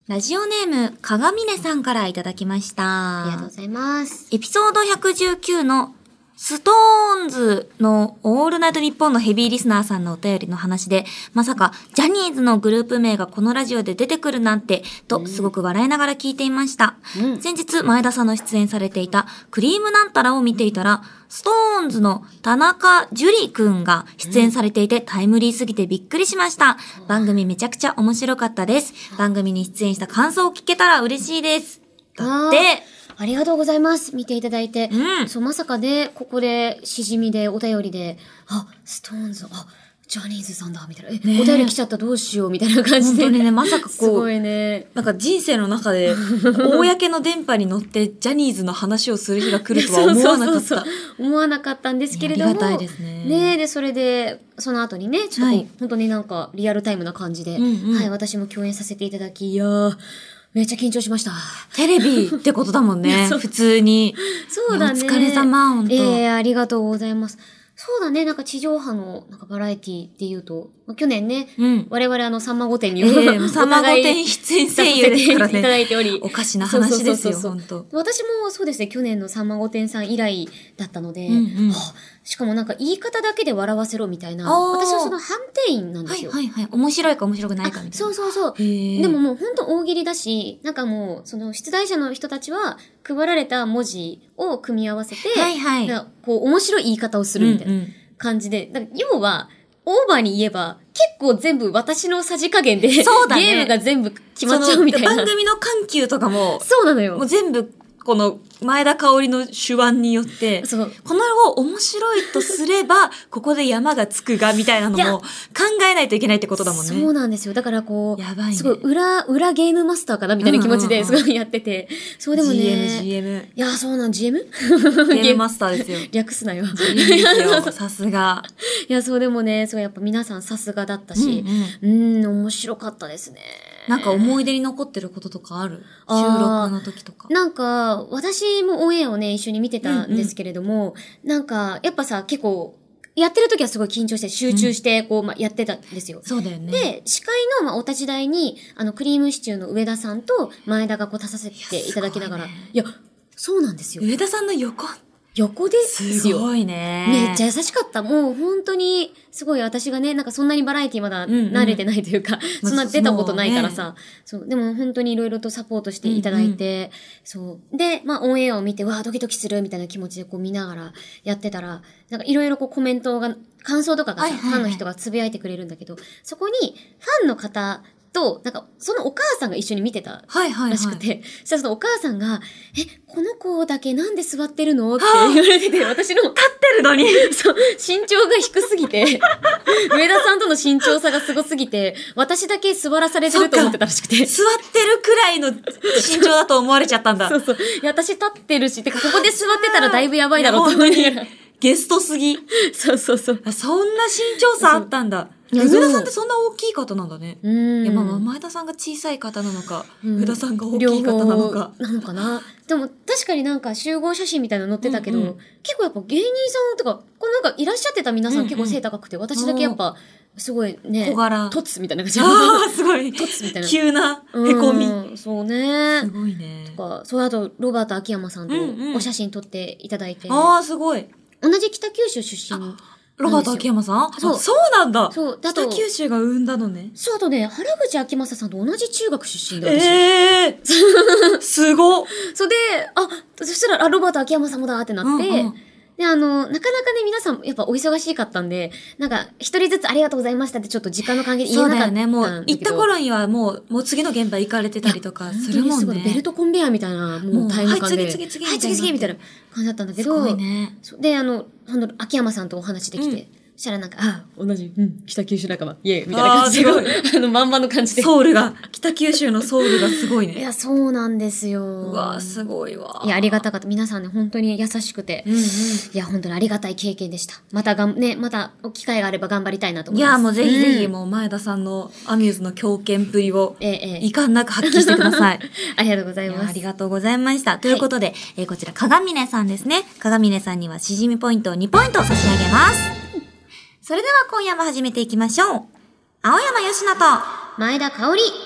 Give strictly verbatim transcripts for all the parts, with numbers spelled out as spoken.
ラジオネーム、かがみねさんからいただきました。 ありがとうございます。 エピソードひゃくじゅうきゅうのストーンズのオールナイトニッポンのヘビーリスナーさんのお便りの話で、まさかジャニーズのグループ名がこのラジオで出てくるなんて、とすごく笑いながら聞いていました。うん、先日前田さんの出演されていたクリームなんたらを見ていたら、ストーンズの田中樹くんが出演されていてタイムリーすぎてびっくりしました。番組めちゃくちゃ面白かったです。番組に出演した感想を聞けたら嬉しいです。だって、 ありがとうございます。見ていただいて。 うん。 そう、まさかで、ここで、しじみで、お便りで、あ、ストーンズ、あ、ジャニーズさんだ、みたいな。え、ね、お便り来ちゃった、どうしよう、みたいな感じで。 本当にね、まさかこう。 すごいね。 なんか人生の中で、公の電波に乗って、ジャニーズの話をする日が来るとは思わなかった。そうそうそう思わなかったんですけれども。 ありがたいですね。 ねで、それで、その後にね、ちょっと、はい、本当になんか、リアルタイムな感じで、うんうん、はい、私も共演させていただき、いやー、めっちゃ緊張しました。 テレビってことだもんね。普通に。 そうだね。 お疲れ様、本当。 ええー、ありがとうございます。そうだね。なんか地上波のなんかバラエティっていうと、まあ、去年ね、うん、我々あのさんま御殿に、 えー、さんま御殿出演声優ですからね。 いただいており。 おかしな話ですよ、本当。 私もそうですね、去年のさんま御殿さん以来だったので、 うんうん、 はあ、しかもなんか言い方だけで笑わせろみたいな。私はその判定員なんですよ。 はいはいはい。面白いか面白くないかみたいな。 そうそうそう。でももう本当大喜利だし、なんかもうその出題者の人たちは配られた文字を組み合わせて、 はいはい、 こう面白い言い方をするみたいな感じで、うんうん、だから要は、オーバーに言えば、結構全部私のさじ加減で、そうだね、ゲームが全部決まっちゃうみたいな。 番組の緩急とかも、 そうなのよ。 もう全部、この前田香織の手腕によって、そう、このを面白いとすれば、ここで山がつくが、みたいなのも考えないといけないってことだもんね。 そうなんですよ。だからこう、 やばいね、 すごい裏、裏ゲームマスターかなみたいな気持ちですごいやってて。そうでもね。 ジーエム、ジーエム。 いや、そうなん、ジーエム? ゲームマスターですよ。 略すなよ。 いいですよ。さすが。 いや、そうでもね、そうやっぱ皆さんさすがだったし、うん、うん、ん、面白かったですね。 なんか思い出に残ってることとかある？収録の時とか。 なんか、私もオンエアをね、一緒に見てたんですけれども、うんうん、なんか、やっぱさ、結構、やってる時はすごい緊張して、集中して、こう、ま、やってたんですよ。 そうだよね。 で、司会の、ま、お立ち台に、あの、クリームシチューの上田さんと前田がこう立たせていただきながら、いや、ね、いやそうなんですよ。 上田さんの横横ですよ。 すごいね。 めっちゃ優しかった。もう本当に、すごい私がね、なんかそんなにバラエティまだ慣れてないというか、うんうん、そんな出たことないからさ、そう、でも本当にいろいろとサポートしていただいて、うんうん、そう。で、まあオンエアを見て、わードキドキするみたいな気持ちでこう見ながらやってたら、なんかいろいろこうコメントが、感想とかがさ、はいはいはい、ファンの人がつぶやいてくれるんだけど、そこにファンの方、と、なんか、そのお母さんが一緒に見てたらしくて、はいはいはい、そしたらそのお母さんが、え、この子だけなんで座ってるのって言われてて、私の、 立ってるのにそう、身長が低すぎて、上田さんとの身長差がすごすぎて、私だけ座らされてると思ってたらしくて。 座ってるくらいの身長だと思われちゃったんだ。 そうそう。いや、私立ってるし、てかここで座ってたらだいぶやばいだろうと思いながら。 ゲストすぎ。 そうそうそう。 そんな身長差あったんだ。上田さんってそんな大きい方なんだね。 うん。 いや、まあ、前田さんが小さい方なのか、うん、上田さんが大きい方なのか。 なのかな。でも、確かになんか集合写真みたいなの載ってたけど、うんうん、結構やっぱ芸人さんとか、こうなんかいらっしゃってた皆さん結構背高くて、うんうん、私だけやっぱ、すごいね、 小柄。 トツみたいな感じ。 ああ、すごい。 トツみたいな。 急なへこみ。 うん、そうね。 すごいね。 とか、そうあと、ロバート秋山さんとお写真撮っていただいて。 うんうん、ああ、すごい。 同じ北九州出身。 ロバート秋山さんそう。そうなんだ。そう。北九州が生んだのね。 そう、あとね、原口あきまささんと同じ中学出身で私。 ええー、すごっ。 それで、あ、そしたら、あ、ロバート秋山さんもだってなって、うんうん、で、あの、なかなかね、皆さん、やっぱお忙しかったんで、なんか、一人ずつありがとうございましたってちょっと時間の関係で言えなかったんだけど。 そうだよね、もう、行った頃にはもう、もう次の現場行かれてたりとかするもんね。 すごい、ベルトコンベヤーみたいな、もうタイム感で。 はい、次々次々。 はい、次々みたいな感じだったんだけど。 すごいね。 で、あの、あの、秋山さんとお話できて、うんそしたらなんか、あ、同じ、うん、北九州仲間、イエーイみたいな感じで、あの、まんまの感じで。 ソウルが、北九州のソウルがすごいね。 いや、そうなんですよ。 うわすごいわ。 いや、ありがたかった。皆さんね、本当に優しくて。 うんうん、いや、本当にありがたい経験でした。またがん、ね、また、機会があれば頑張りたいなと思います。 いや、もうぜひぜひ、もう前田さんのアミューズの強肩ぶりを、ええ、遺憾なく発揮してください。 ありがとうございます。 ありがとうございました。ということで、はい、えー、こちら、かがみねさんですね。かがみねさんにはしじみポイントをにポイント差し上げます。それでは今夜も始めていきましょう。青山よしのと前田香織、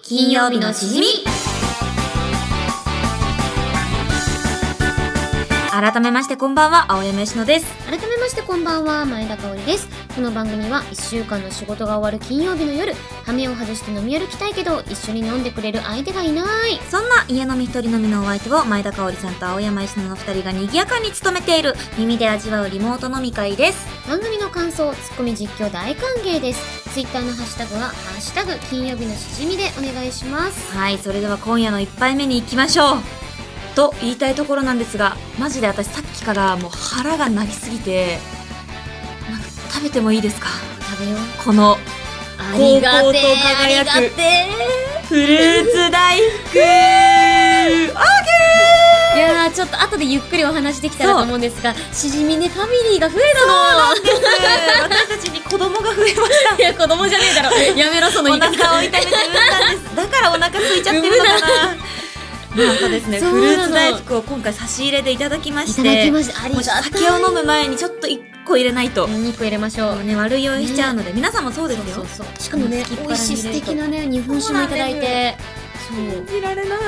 金曜日のしじみ。 改めましてこんばんは、青山佳乃です。 改めましてこんばんは、前田香織です。この番組はいっしゅうかんの仕事が終わる金曜日の夜、羽目を外して飲み歩きたいけど一緒に飲んでくれる相手がいない、 そんな家飲み一人飲みのお相手を前田香織さんと青山佳乃のふたりが賑やかに務めている耳で味わうリモート飲み会です。 番組の感想、ツッコミ、実況大歓迎です。ツイッターのハッシュタグはハッシュタグ金曜日のしじみでお願いします。 はい、それでは今夜の一杯目に行きましょうと言いたいところなんですが、マジで私さっきからもう腹が鳴りすぎて、なんか食べてもいいですか？ 食べよう。 このありがて高校と輝くー、ありがてフルーツ大福。オーケー。いやー、ちょっと後でゆっくりお話できたらと思うんですが、しじみねファミリーが増えたの。 そうなんです。私たちに子供が増えました。 いや、子供じゃねえだろ。やめろ、そのお言い方。 腹を痛めて産んだんです。だからお腹空いちゃってるのかな。なんとですね、 そうフルなのーツ大福を今回差し入れでいただきまいして、 ただきました。ありもしがたい。 酒を飲む前にちょっといっこ入れないと、 お肉入れましょう。 ね、悪い酔いしちゃうので、皆さんもそうですよ。 そうそうそう。しかもね、 好きっ腹美味しい素敵なね、日本酒もいただいて。 信じられない。わ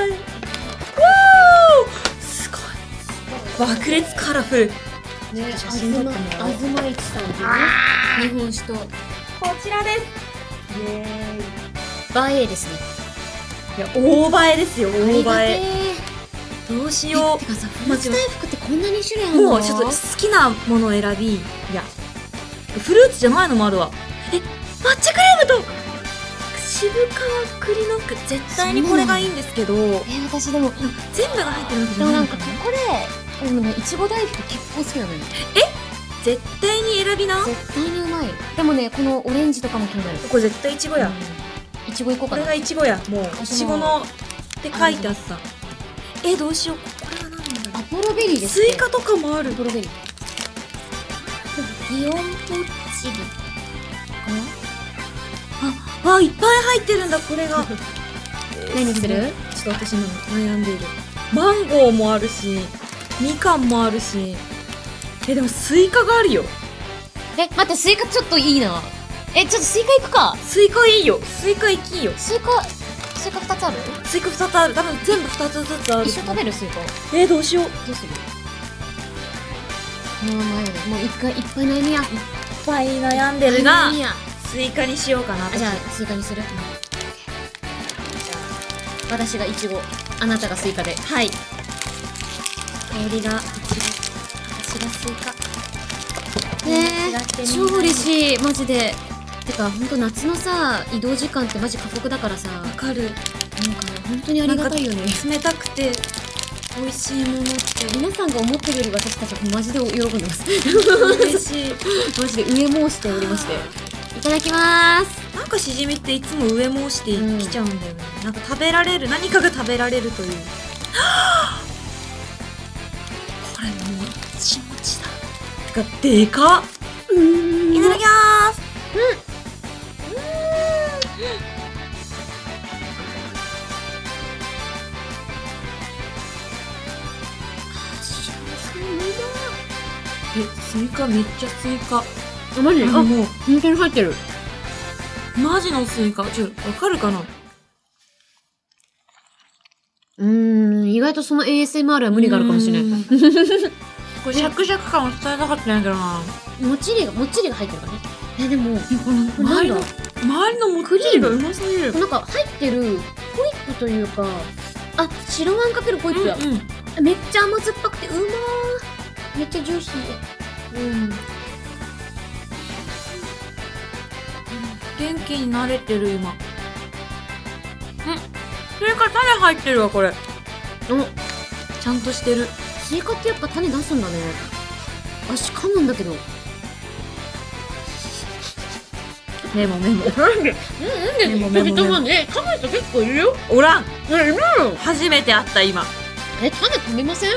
ー、すごい。爆裂カラフル。 ね、 写真撮ってもらおう。 あずまいちさんっていうね、日本酒と、 こちらです。イエバエーですね。 ーイ。いや、大映えですよ、 ありがて大映え。どうしよー。てかさ、フルーツ大福ってこんなに種類あるう。 の？ もうちょっと好きなものを選び、いや、フルーツじゃないのもあるわ。え、抹茶クレームと渋川栗の服、絶対にこれがいいんですけど、 え、私でも、 全部が入ってるわけじでもなんんゃないのかな。 かこれ、でもね、いちご大福結構好きなのよ。 絶対に選びな。 絶対にうまい。でもね、このオレンジとかも気になる。 これ絶対いちごや。 いちごいこうかな。 これがいちごや。もうい私もちごのって書いてあった。え、どうしよう。これは何なんだろアポロベリーう。 ですって。 スイカとかもあるア。ポロベリー。ギオンポッチリ。 あ、あ、いっぱい入ってるんだ、これが。 何する？ ちょっと私今悩んでいる。マンゴーもあるし、みかんもあるし。え、でもスイカがあるよ。 え、待って、スイカちょっといいな。え、ちょっとスイカ行くか。 スイカいいよ。スイカいきいよ。 スイカ、スイカふたつある？ スイカふたつある。多分全部ふたつずつある。 一緒食べるスイカ。 えー、どうしよう。いっどうする？もう迷うね。もう一回いっぱい悩みや。 ぱい悩んでる悩がみ、や。 スイカにしようかな。 あ、じゃあスイカにする？私がイチゴ、あなたがスイカで。 はい。香りがいちご、私がスイカ。 ね違ってえ、 ね超嬉しい、マジで。てか、ほんと夏のさ、移動時間ってマジ過酷だからさ、 わかる。 なんか本当にありがたいよね。 冷たくて美味しいものって皆さんが思ってるより私たちはマジで喜んでます。 嬉しい。 マジで上申しておりまして。いただきまーす。 なんかしじみっていつも上申してきちゃうんだよね、うん、なんか食べられる、何かが食べられるという。これもちもちだ。てかでかっ。 うんいただきまーす。え、スイカめっちゃスイカ。 あ、マジ？あ、 あ、もう本当に入ってる。 マジのスイカ。ちょ、わかるかな。 うーん、意外とその エーエスエムアール は無理があるかもしれない。 い。これシャクシャク感を伝えたかったんやけどな。 もっちりが、もっちりが入ってるからね。え、でも、 え、このこれなんだ周りの周りのもっちりがうますぎる。 なんか入ってるホイップというか、あ、白あんかけるホイップや。 うんうん、 めっちゃ甘酸っぱくてうまー。めっちゃジューシー。うん。 元気になれてる今。うん。それから種入ってるわこれ。 お、 ちゃんとしてる。 スイカってやっぱ種出すんだね。私噛むんだけど。 メモメモ。 なんで？ メモメモメモ。 ね、噛む人結構いるよ。 おらん。 え、いるの？ 初めて会った今。 え、種食べません？あ、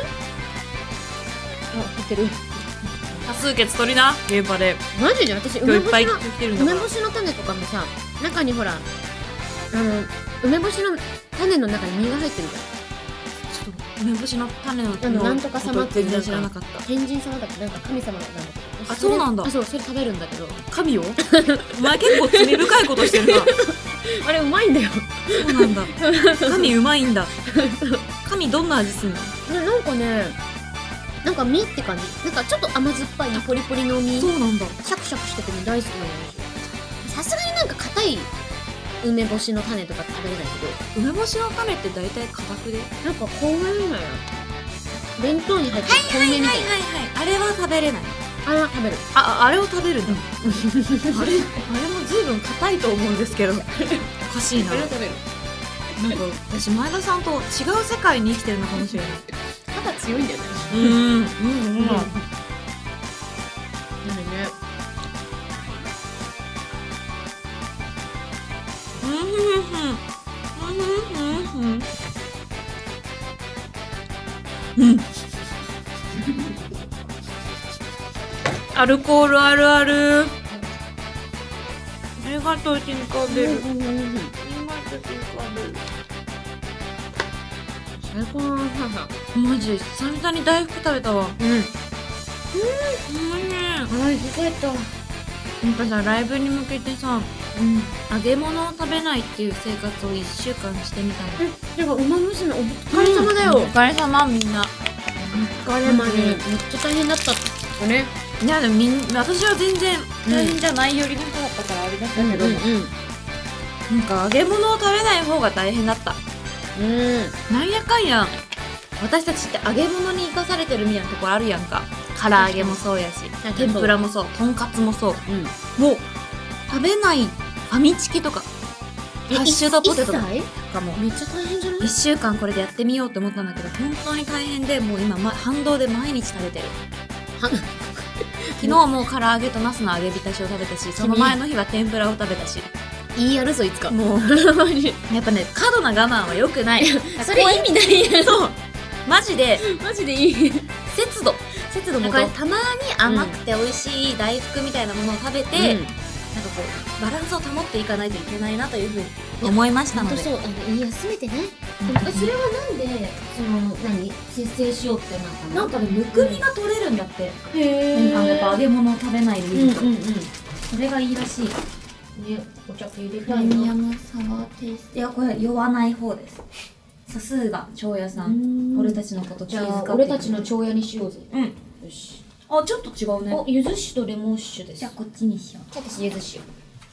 入ってる。 多数決取りな現場で。 マジで私今日いっぱい梅干しの来てるんだから。 梅干しの種とかもさ、中にほら、あの梅干しの種の中に実が入ってるじゃん。 ちょっと梅干しの種のあのなんとか様っていう全然知らなかった。 天神様だっけ、なんか神様なんだけど。 あ、そうなんだあ、そう、それ食べるんだけど。 神よ。お前結構罪深いことしてるな。 あれうまいんだよ。 そうなんだ。神うまいんだ。神どんな味すんの？ ななんかね、なんか実って感じ。なんかちょっと甘酸っぱいポリポリの実。 そうなんだ。 シャクシャクしてても大好きなんですよ。さすがになんか硬い梅干しの種とか食べれないけ梅干しの種って大体硬くで。 ど、なんかこういうのよ。弁当に入ってる小梅みたいな。 はい。あれは食べれない。 あれは食べる。 あ、あれを食べるんだ。あれ、あれも随分硬いと思うんですけど。おかしいな。 あれは食べる。 なんか私前田さんと違う世界に生きてるのかもしれない。 肩強いんだよね。 うんうんうん。 なんでね。 うん。アルコールあるある。ありがとう、ティンカーベル。ありがとう、ティンカーベル。 最高のさ。 マジ久々に大福食べたわ。 うん。うん。 うん。 あい、すごいった。 なんかさ、ライブに向けてさ、うん、揚げ物を食べないっていう生活をいっしゅうかんしてみたの。 え、てか、馬娘、お疲れ様だよ。 お疲れ様、みんな。 お疲れまで。めっちゃ大変だったよね。 いや、でもみん私は全然大変じゃないよりの人だったからあれだったけど、 うんうん。 なんか揚げ物を食べない方が大変だった。 うん。 なんやかんや、私たちって揚げ物に生かされてるみたいなところあるやんか。唐揚げもそうやし、天ぷらもそう、とんかつもそう。 うん。 もう、食べないファミチキとか、ハッシュドポテトとかも、 めっちゃ大変じゃない？ いっしゅうかんこれでやってみようと思ったんだけど、本当に大変で、もう今、ま、反動で毎日食べてる。昨日も唐揚げとナスの揚げ浸しを食べたし、その前の日は天ぷらを食べたし。 言いやるぞ、いつか。 もう、やっぱね、過度な我慢は良くない。 それ意味ないやん。 そう。マジで、 マジでいい。 節度。節度もこれたまに甘くて美味しい大福みたいなものを食べて、なんかこうバランスを保っていかないといけないなというふうに思いましたので。 そう、あの、いや、すべてね。それはなんで、その、何節制しようってなったの？ なんかね、むくみが取れるんだって。 へえ。 あのやっぱ揚げ物を食べないでいると。 うんうんうん。 それがいいらしい。 ね、お茶入れプたいな。 レミアムサワーテイスト。いや、これ酔わない方です。さすが、長屋さん。俺たちのこと気遣ってくれる。 じゃあ、俺たちの長屋にしようぜ。 うん。 よし。 あ、ちょっと違うね。 お、柚子酒とレモン酒です。 じゃあこっちにしよう。 じゃあ私柚子酒。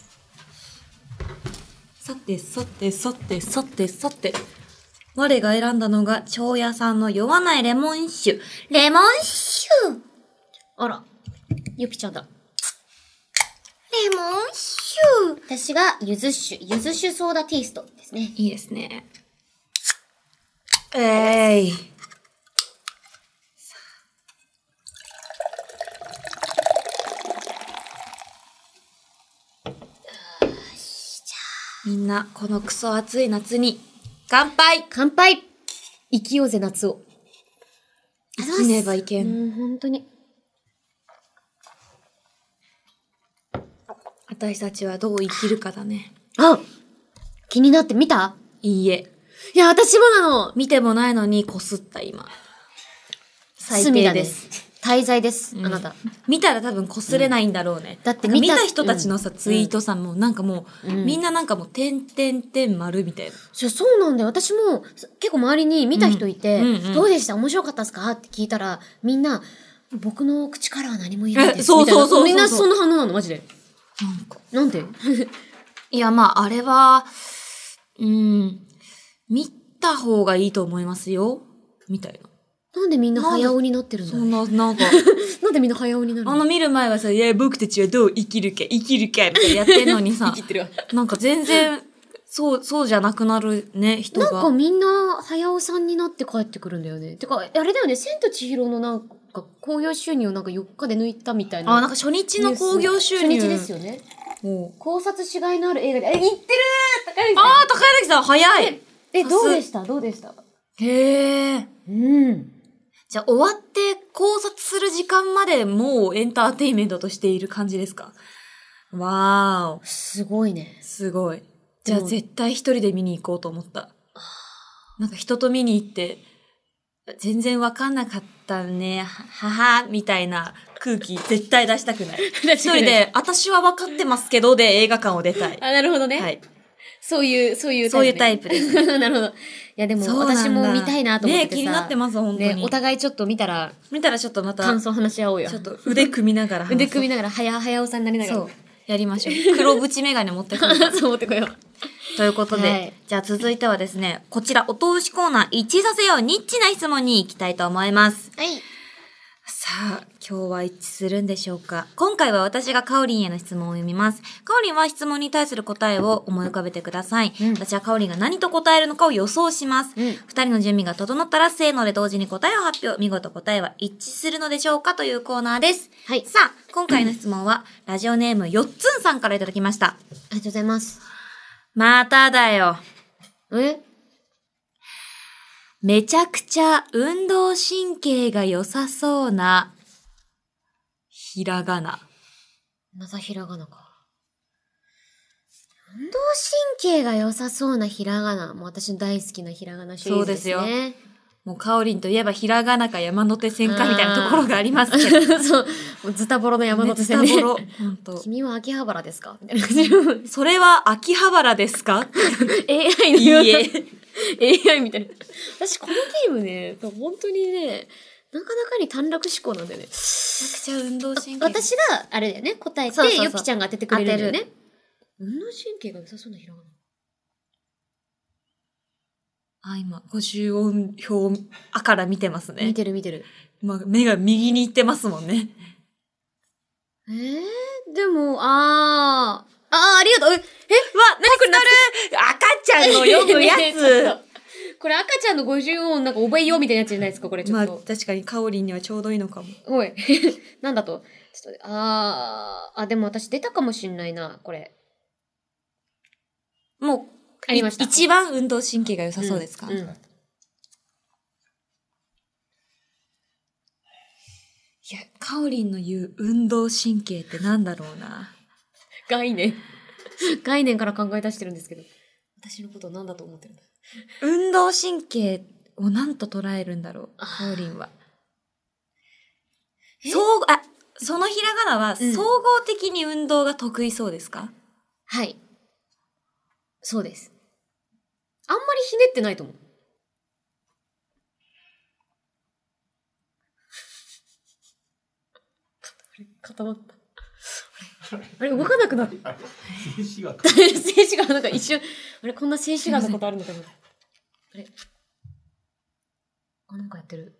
さてさてさてさてさて。我が選んだのが、長屋さんの酔わないレモン酒。レモン酒あら、ゆきちゃんだ。 レモン酒私が柚子酒、柚子酒ソーダテイストですね。 いいですね。えい。みんな、このクソ暑い夏に、乾杯乾杯生きようぜ、夏を。 生きねばいけん。 もう本当に。 私たちはどう生きるかだね。 あ、気になって見た？ いいえ。 いや、私もなの。 見てもないのにこすった今。最低です。 滞在です、 うん、 あなた。 見たら多分こすれないんだろうね。 うん、だって見た、 見た人たちのさ、うん、ツイートさ、もうなんかもう、うん、みんななんかもう、てんてんてん丸みたいな。 そうなんだよ。私も結構周りに見た人いて、うんうんうん、どうでした？面白かったですか？って聞いたら、みんな、僕の口からは何も言えないです。 そうそうそうそう。 みんなそんな反応なのマジで。 なんか。 なんでいや、まあ、あれは、うん、見た方がいいと思いますよ。みたいな。 なんでみんな早尾になってるの？ そんな、なんか。 なんでみんな早尾になるの？ あの見る前はさ、いや、僕たちはどう生きるか、生きるか、みたいなやってんのにさ。 生きてるわ。 なんか全然、そう、そうじゃなくなるね、人が。 なんかみんな早尾さんになって帰ってくるんだよね。てか、あれだよね、千と千尋のなんか、興行収入をなんかよっかで抜いたみたいな。 あ、なんか初日の興行収入。 初日ですよね。考察しがいのある映画で、え、言ってる高柳さん。 あー、高柳さん、早い。 え、どうでしたどうでしたへー。 うん。 じゃあ、終わって考察する時間までもうエンターテインメントとしている感じですか？わーお。 すごいね。 すごい。じゃあ、絶対一人で見に行こうと思った。なんか人と見に行って、全然わかんなかったね、はは、みたいな空気絶対出したくない。一人で、私はわかってますけどで映画館を出たい。 あ、なるほどね。 はい。 そういう、そういうタイプ、ね。 そういうタイプです。 なるほど。いや、でも私も見たいなと思っててさ。 ね、気になってます、本当に。 ね、お互いちょっと見たら。 見たらちょっとまた。 感想話し合おうよ。 ちょっと腕組みながら話腕組みながら、はや、はやおさんになりながら。そう。 やりましょう。黒縁メガネ持ってこよう。 そう持ってこよう。 ということで、はい、じゃあ続いてはですね、こちら、お通しコーナー一致させようニッチな質問に行きたいと思います。 はい。 さあ、今日は一致するんでしょうか。今回は私がかおりんへの質問を読みます。かおりんは質問に対する答えを思い浮かべてください。うん、私はかおりんが何と答えるのかを予想します。うん、二人の準備が整ったら、せーので同時に答えを発表。見事答えは一致するのでしょうかというコーナーです。 はい。 さあ、今回の質問は、ラジオネームよっつんさんからいただきました。ありがとうございます。 まただよ。 え？ めちゃくちゃ運動神経が良さそうな、ひらがな。 またひらがなか。運動神経が良さそうなひらがな。もう私の大好きなひらがなシリーズですね。そうですよ。 もうかおりんといえばひらがなか山手線かみたいなところがありますけど。 そう。もうズタボロの山手線ね。 ズタボロ。本当。 君は秋葉原ですかみたいな感じ。 それは秋葉原ですかエーアイ のような。 いいえ。 エーアイ みたいな。私このゲームね、本当にね、なかなかに短絡思考なんだよね。めちゃくちゃ運動神経。 私が、あれだよね、答えて、そうそうそうよきちゃんが当ててくれるんだよね。運動神経が良さそうなひらがな。 あ、今、ごじゅう音表、あから見てますね。 見てる見てる。 まあ、目が右に行ってますもんね。 えー、でも、あー、あー、ありがとう。え、え、わ、 なにこれなる赤ちゃんの読むやつ。 これ赤ちゃんのごじゅう音なんか覚えようみたいなやつじゃないですか、これちょっと。 まあ、確かにかおりんにはちょうどいいのかも。 おい。なんだと。ちょっと、あー、あ、でも私出たかもしんないな、これ。 もう、 ありました。 一番運動神経が良さそうですか？うん。うん、いや、かおりんの言う運動神経ってなんだろうな。 概念。概念から考え出してるんですけど。私のことを何だと思ってるんだ。 運動神経を何と捉えるんだろう、かおりんは。総合、あ、そのひらがなは総合的に運動が得意そうですか？うん、 はい。そうです。あんまりひねってないと思う。固まった。あれ動かなくなった。静止画。静止画なんか一瞬、あれこんな静止画のことあるのかな。あれあ、なんかやってる。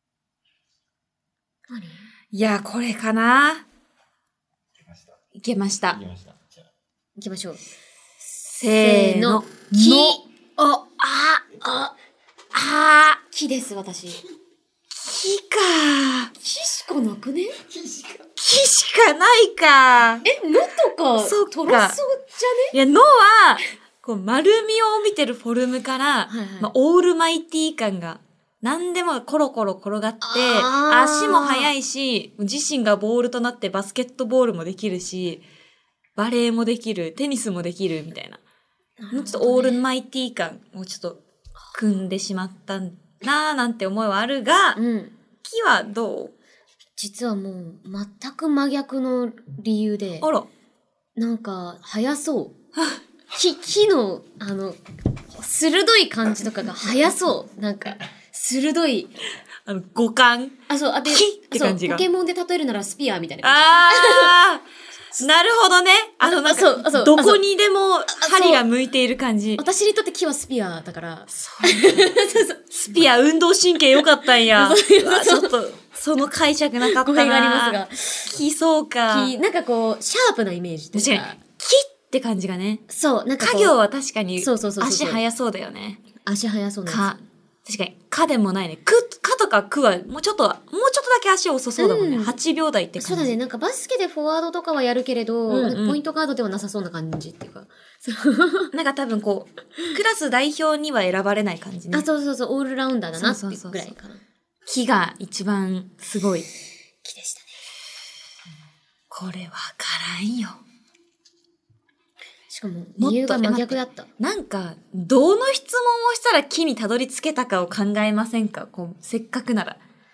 何？ いや、これかな。いけました。いけました。 じゃあ。行きましょう。 せーの。 木。 あ、あ、あ、あ、 木です、私。 木か。 木しかなくね？ 木しか。木しかないか。 え、のとか、 そっか。 トロソじゃね？いや、のは、こう、丸みを帯びてるフォルムから、はいはい、まあ、オールマイティ感が、何でもコロコロ転がって、足も速いし、自身がボールとなってバスケットボールもできるし、バレーもできる、テニスもできるみたいな。もうちょっとオールマイティ感をちょっと組んでしまったなーなんて思いはあるが、うん、木はどう？ 実はもう全く真逆の理由で、 あら。 なんか速そう。木、木のあの鋭い感じとかが速そう。なんか鋭いあの五感。 あ、そう、あで、 って感じが。 ポケモンで例えるならスピアーみたいな感じ。 ああ。なるほどね。あの、なんか、そうそうどこにでも針が向いている感じ。 私にとって木はスピアーだから。 そうそうそうスピアー運動神経良かったんや。ちょっと、その解釈なかったな。 語弊がありますが。木、そうか。 木、なんかこう、シャープなイメージというか。 木って感じがね。 そう、なんか家業は確かに、 そうそうそう。 足速そうだよね。 足速そうなんですか。確かに、かでもないね。く、かとかくは、もうちょっと、もうちょっとだけ足遅そうだもんね。うん、はちびょう台って感じ。 そうだね。なんかバスケでフォワードとかはやるけれど、うんうん、ポイントガードではなさそうな感じっていうか。 なんか多分こう、クラス代表には選ばれない感じね。 あ、そうそうそう、オールラウンダーだなっていうぐらいかな。 木が一番すごい。 木でしたね。 これわからんよ。 しかも、理由が真逆だった。 なんか、どの質問をしたら木にたどり着けたかを考えませんか？こう、せっかくなら。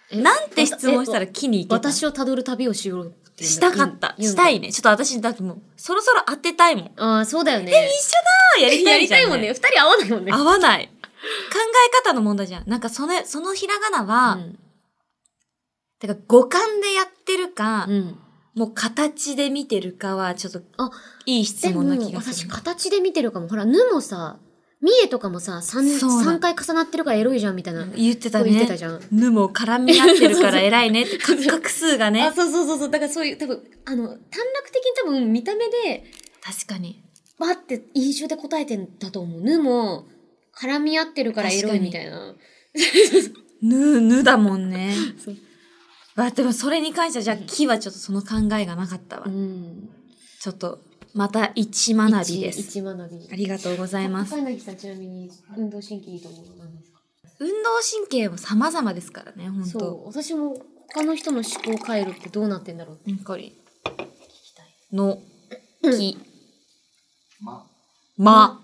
えなんて質問したら木に行けた私を辿る旅をしようっていうしたかった。したいね。ちょっと私、だってもう、そろそろ当てたいもん。 ああ、そうだよね。 え、一緒だーやりやたいじゃん、 りたいもんね。二人合わないもんね。 合わない。考え方の問題じゃん。なんかその、そのひらがなは、 うん。 てか五感でやってるか、 うん。 もう形で見てるかは、ちょっと、 あ、 いい質でも問な気がす私る。 形で見てるかも。ほら、ぬもさ、みえとかもさ、三、 そうなの三回重なってるからエロいじゃんみたいな。 言ってたね。 言ってたじゃん。 ぬも絡み合ってるから偉いねって、画角数があ、 ね。 そうそうそうそう。だからそういう、多分、あの、短絡的に多分見た目で、 確かに。 バッて印象で答えてんだと思う。ぬも、絡み合ってるからエロいみたいな。 ぬ、ぬだもんね。 そう。 あ、でもそれに関しては、じゃあ木はちょっとその考えがなかったわ。 うん。 ちょっと、また一学びです。 一学び。 ありがとうございます。 高柳さんちなみに運動神経いいと思うの何ですか？ 運動神経も様々ですからね、本当そう。私も他の人の思考回路ってどうなってんだろうってやっぱり。 聞きたい。 の、き、 ま、 ま。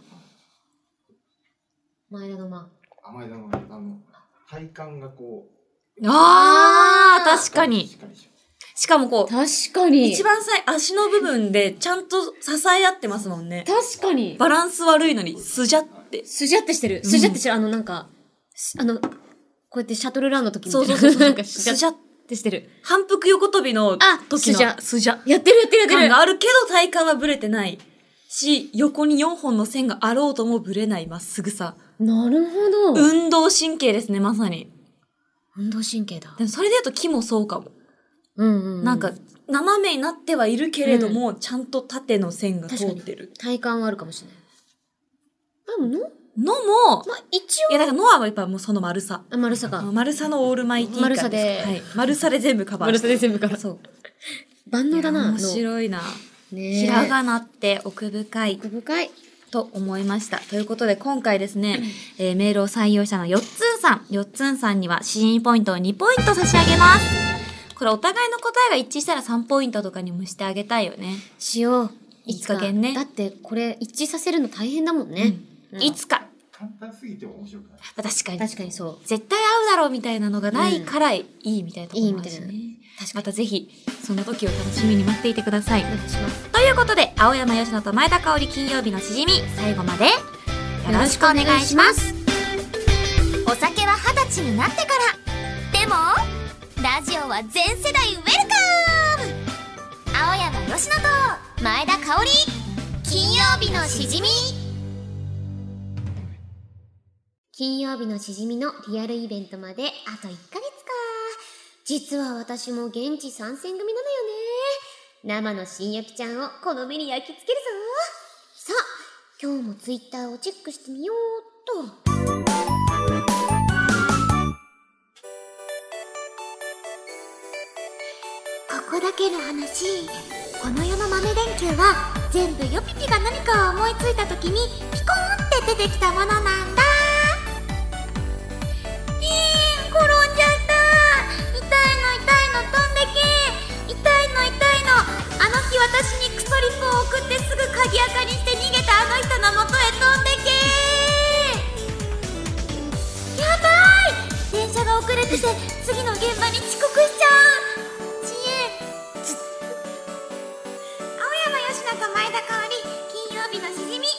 前田の間。 甘いだの、あの、体幹がこう。 あー、確かしに。 っかりししかもこう、 確かに。 一番最、足の部分でちゃんと支え合ってますもんね。 確かに。 バランス悪いのに、スジャって。 スジャってしてる。スジャってしてる。あの、なんか、あの、こうやってシャトルランの時みたいな。 そうそうそうそうなんかススジャっジャてしてる。 反復横跳びのあ時のスジャスジャ。 やってるやってるやってる。 感があるけど体幹はブレてないし、横によんほんの線があろうともブレないまっすぐさ。 なるほど。 運動神経ですね、まさに。 運動神経だ。 でもそれで言うと木もそうかも。 うんうんうん。 なんか、斜めになってはいるけれども、ちゃんと縦の線が通ってる。 体感はあるかもしれない。でもののも、 まあ、一いや、だからノアはやっぱもうその丸さ。 応、丸さが。 丸さのオールマイティー感です。 丸さではい。丸さで全部カバー丸さして。 で全部から。 そう。 万能だな。 いや面白いな。 い。ねえ。 ひらがなって奥深い奥深い。 と思いました。ということで今回ですね、えーメールを採用したのはよっつんさん。よっつんさんにはしじみポイントをにポイント差し上げます。これお互いの答えが一致したらさんポイントとかにもしてあげたいよね。 しよう。 いつかけんねだってこれ一致させるの大変だもんね。うんいつか。 簡単すぎても面白くない。 確かに。 確かにそう。 絶対合うだろうみたいなのがないからいいみたいなところもあるしね。 いいみたいな確かにまたぜひ、その時を楽しみに待っていてください。 お願いします。 ということで、青山佳乃と前田香織金曜日のしじみ、最後までよろしくお願いします。 お酒は二十歳になってからでもラジオは全世代ウェルカム。青山佳乃と前田香織金曜日のしじみ。 金曜日のしじみのリアルイベントまであといっかげつか。実は私も現地参戦組なのよね。生の新焼きちゃんをこの目に焼き付けるぞ。さあ、今日もツイッターをチェックしてみようっと。 ここだけの話、この世の豆電球は全部ヨピピが何かを思いついた時にピコーンって出てきたものなんだ。えー、転んじゃった。痛いの痛いの飛んでけ。痛いの痛いの。あの日私にクソリプを送ってすぐ鍵垢にして逃げたあの人の元へ飛んでけ。やばい、電車が遅れてて次の現場に遅刻しちゃう。知恵青山佳乃と前田香織金曜日のしじみ。キ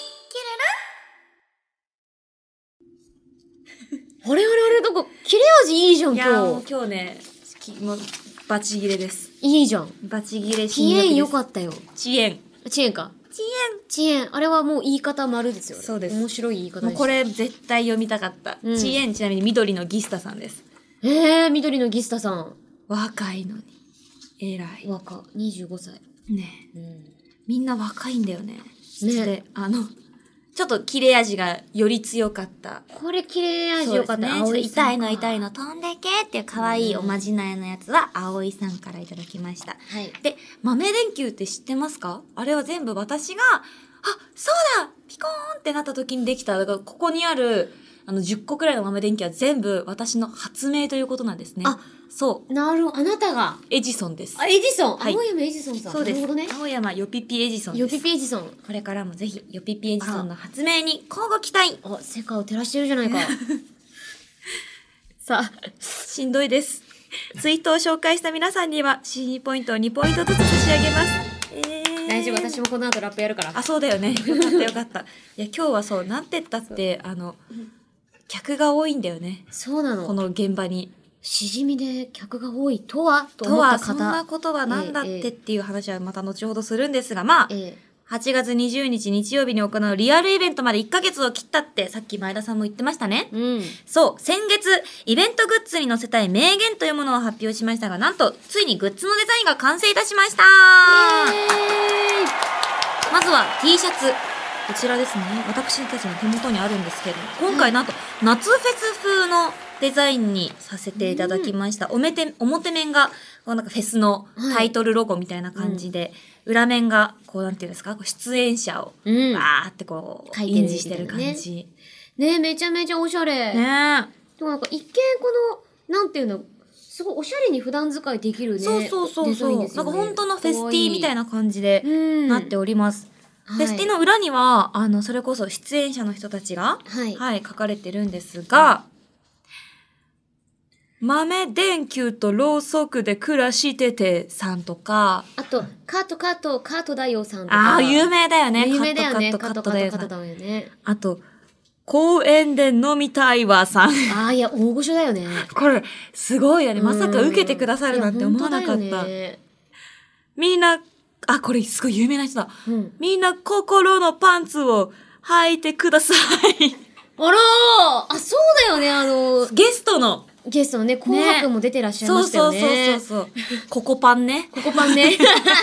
あれあれあれ、なんか切れ味いいじゃん、 いやーもう今日。 今日ね、きもうバチ切れです。 いいじゃん。 バチ切れ遅延よかっったよ。 た。遅延。 遅延か。 遅遅延。あれはもう言い方丸ですよ。 そうです面白い言い方延。もです。 うこれ絶対読みたかった。 うん遅延ちなみに緑のギスタさんです。 えー、緑のギスタさん。 若いのに。偉い。 若、にじゅうごさい。 ねえうん。 みんな若いんだよね。 ねで、あの、ちょっと切れ味がより強かった。 これ切れ味よかった。 そうですね、 葵さんか痛いの痛いの飛んでけっていう可愛いおまじないのやつは葵さんからいただきました。 はい。 で、豆電球って知ってますか？あれは全部私が、あ、そうだピコーンってなった時にできた。だからここにある、あのじゅっこくらいの豆電球は全部私の発明ということなんですね。 あ、 そう。 なるほど。あなたが。 エジソンです。 あ、エジソン。 はい青山エジソンさん。 そうです。 なるほどね。 青山よぴぴエジソンです。 ヨピピエジソン。 これからもぜひ、よぴぴエジソンの発明に交互期待。 あ、世界を照らしてるじゃないか。 さあ、しんどいです。 ツイートを紹介した皆さんには シーディー ポイントをにポイントずつ差し上げます。えー、 大丈夫、私もこの後ラップやるから。 あ、そうだよね。よかったよかった。いや、今日はそう、なんて言ったって、あの、客が多いんだよね。 そうなの。 この現場に。 しじみで客が多いとはととは、 思った方。 そんなことはなんだってっていう話はまた後ほどするんですが、まあ、 ええはちがつにじゅうにち日曜日に行うリアルイベントまでいっかげつを切ったってさっき前田さんも言ってましたね。 うん。 そう、先月、イベントグッズに載せたい名言というものを発表しましたが、なんと、ついにグッズのデザインが完成いたしました。まずは T シャツ。こちらですね。私たちの手元にあるんですけれども、今回なんと、夏フェス風のデザインにさせていただきました。表、表面が、こうなんかフェスのタイトルロゴみたいな感じで、裏面が、こうなんていうんですか、こう出演者を、 うんわーってこう、 書いてる印字してる感じ。 ねえ、めちゃめちゃおしゃれ。 ねえ。 でもなんか一見この、なんていうの、すごいおしゃれに普段使いできるね。 そうそうそうデザインそう。なんかですよね本当のフェスティみたいな感じでうんなっております。 はいフェスティの裏には、あの、それこそ出演者の人たちが、 はいはい、書かれてるんですが、豆電球とろうそくで暮らしててさんとか、 あと、カートカート、カート大王さんとか。 ああ、有名だよね。 有名だよね。 カットカットカットだよカットカットだよね。 あと、公園で飲みたいわさん。 ああ、いや、大御所だよね。 これ、すごいよね。まさか受けてくださるなんて思わなかっいや本当だた。 よねみんな、あ、これすごい有名な人だ。 うん。 みんな心のパンツを履いてください。 あらーあ、そうだよね、あの、 ゲストの。 ゲストのね、紅白も出てらっしゃいそうましたよそうそうね。 そうそう。ココパンね。 ココパンね。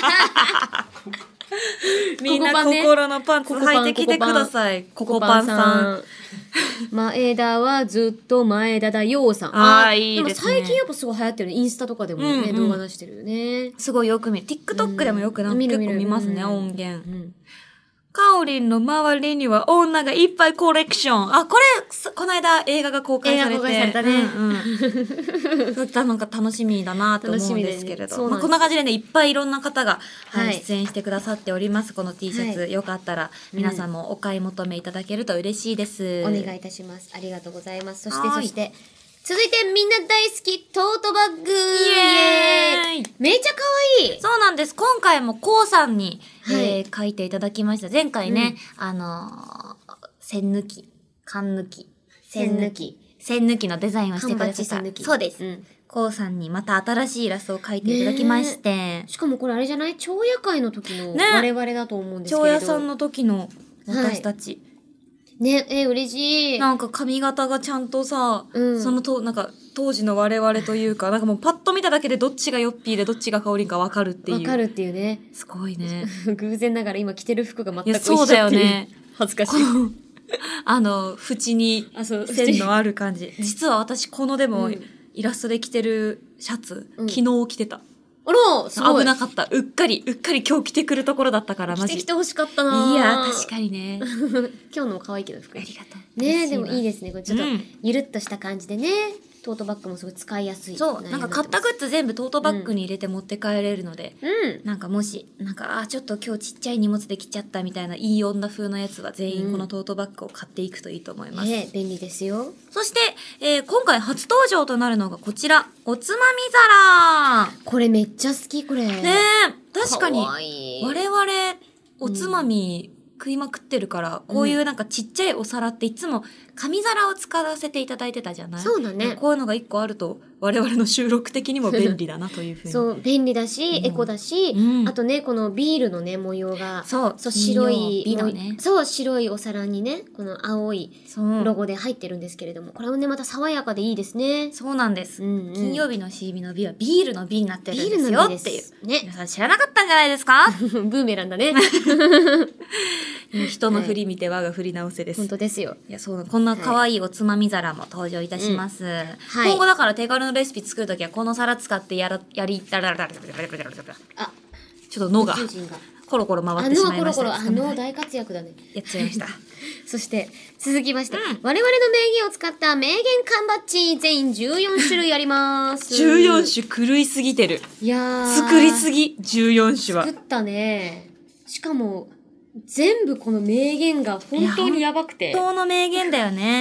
みんなココパンね心のパンツ履いてきてください。ココパンさん。 ん。前田はずっと前田だようさん。 あーいいですねも最近やっぱすごい流行ってるね。インスタとかでもね、 うんうん動画出してるよね。 すごいよく見る。TikTok でもよくなんか結構見ますね、音源。 うん。 カオリンの周りには女がいっぱいコレクション。あ、これ、すこの間映画が公開されて。 映画公開されたねうんうん。そういったなんか楽しみだなと思うんですけれど。 楽しみだねそうなんですまあこんな感じでね、いっぱいいろんな方が、はいはい出演してくださっております。この T シャツ。 はいよかったら皆さんもお買い求めいただけると嬉しいです。 お願いいたします。ありがとうございます。そして、 はいそして、続いてみんな大好き、トートバッグイエーイめっちゃ可愛いそうなんです。今回もこうさんに、 はいえー書いていただきました。前回ね、あのー、線抜き、缶抜き、 線抜き。 線抜きのデザインをしてくださ缶バッジった線抜き。 そうです。 うんこうさんにまた新しいイラストを描いていただきまして、 しかもこれあれじゃない蝶夜会の時のね我々だと思うんですけれど。 蝶屋さんの時の私たち。 ね、え、嬉しい。 なんか髪型がちゃんとさ、 うんそのと、なんか当時の我々というか、なんかもうパッと見ただけでどっちがヨッピーでどっちがカオリンかわかるっていう。 わかるっていうね。 すごいね。 偶然ながら今着てる服が全くいや、 一緒そうだよっていうね。 恥ずかしい。 あの、縁にあ、そう、 線のある感じ。実は私、このでも、 うんイラストで着てるシャツ、 うん昨日着てた。 あら、すごい。 危なかった。うっかり、うっかり今日着てくるところだったから、マジ。 着てきてほしかったな。 いや、確かにね。 今日のも可愛いけど服。 ありがとう。 ねえ、でもいいでですね。これちょっとうん、 ゆるっとした感じでね。トートバッグもすごい使いやすい。 そう、なんか買ったグッズ全部トートバッグに入れて持って帰れるので、 うん。 なんかもし、なんか、あ、ちょっと今日ちっちゃい荷物で来ちゃったみたいないい女風のやつは全員このトートバッグを買っていくといいと思います。 ねえ、便利ですよ。 そして、えー今回初登場となるのがこちら、おつまみ皿これめっちゃ好き、これ。 ねえ、確かにかわいい我々おつまみ食いまくってるから、こういうなんかちっちゃいお皿っていつも紙皿を使わせていただいてたじゃない？ そうだねこういうのが一個あると我々の収録的にも便利だなというふうに。 そう、便利だし、 うんエコだし、 うんあとね、このビールのね、模様が、 そうそう、白い、 美のね。 そう、白いお皿にね、この青いそう。 ロゴで入ってるんですけれども、これもね、また爽やかでいいですね。 そうなんです。 うんうん金曜日の シービー の美はビールの美になってるんですビールよっていうの美です。。ね。 皆さん知らなかったんじゃないですか？ ブーメランだね。 人の振り見て我が振り直せです。 本当ですよ。 いや、そうだ。こんな可愛いおつまみ皿も登場いたします。 はい今後だから手軽のレシピ作るときはこの皿使ってやら、やり、やらららららららららあ、 ちょっと脳が宇宙人が。 コロコロ回あってしのコロコロ、 まいました。 あの大活躍だね。 やっちゃいました。 そして、続きまして、 うん我々の名言を使った名言缶バッジ、全員じゅうよん種類あります。 じゅうよん種狂いすぎてる。 いやー。 作りすぎ、じゅうよん種は作。ったね。しかも、全部この名言が本当にやばくて。 本当の名言だよね。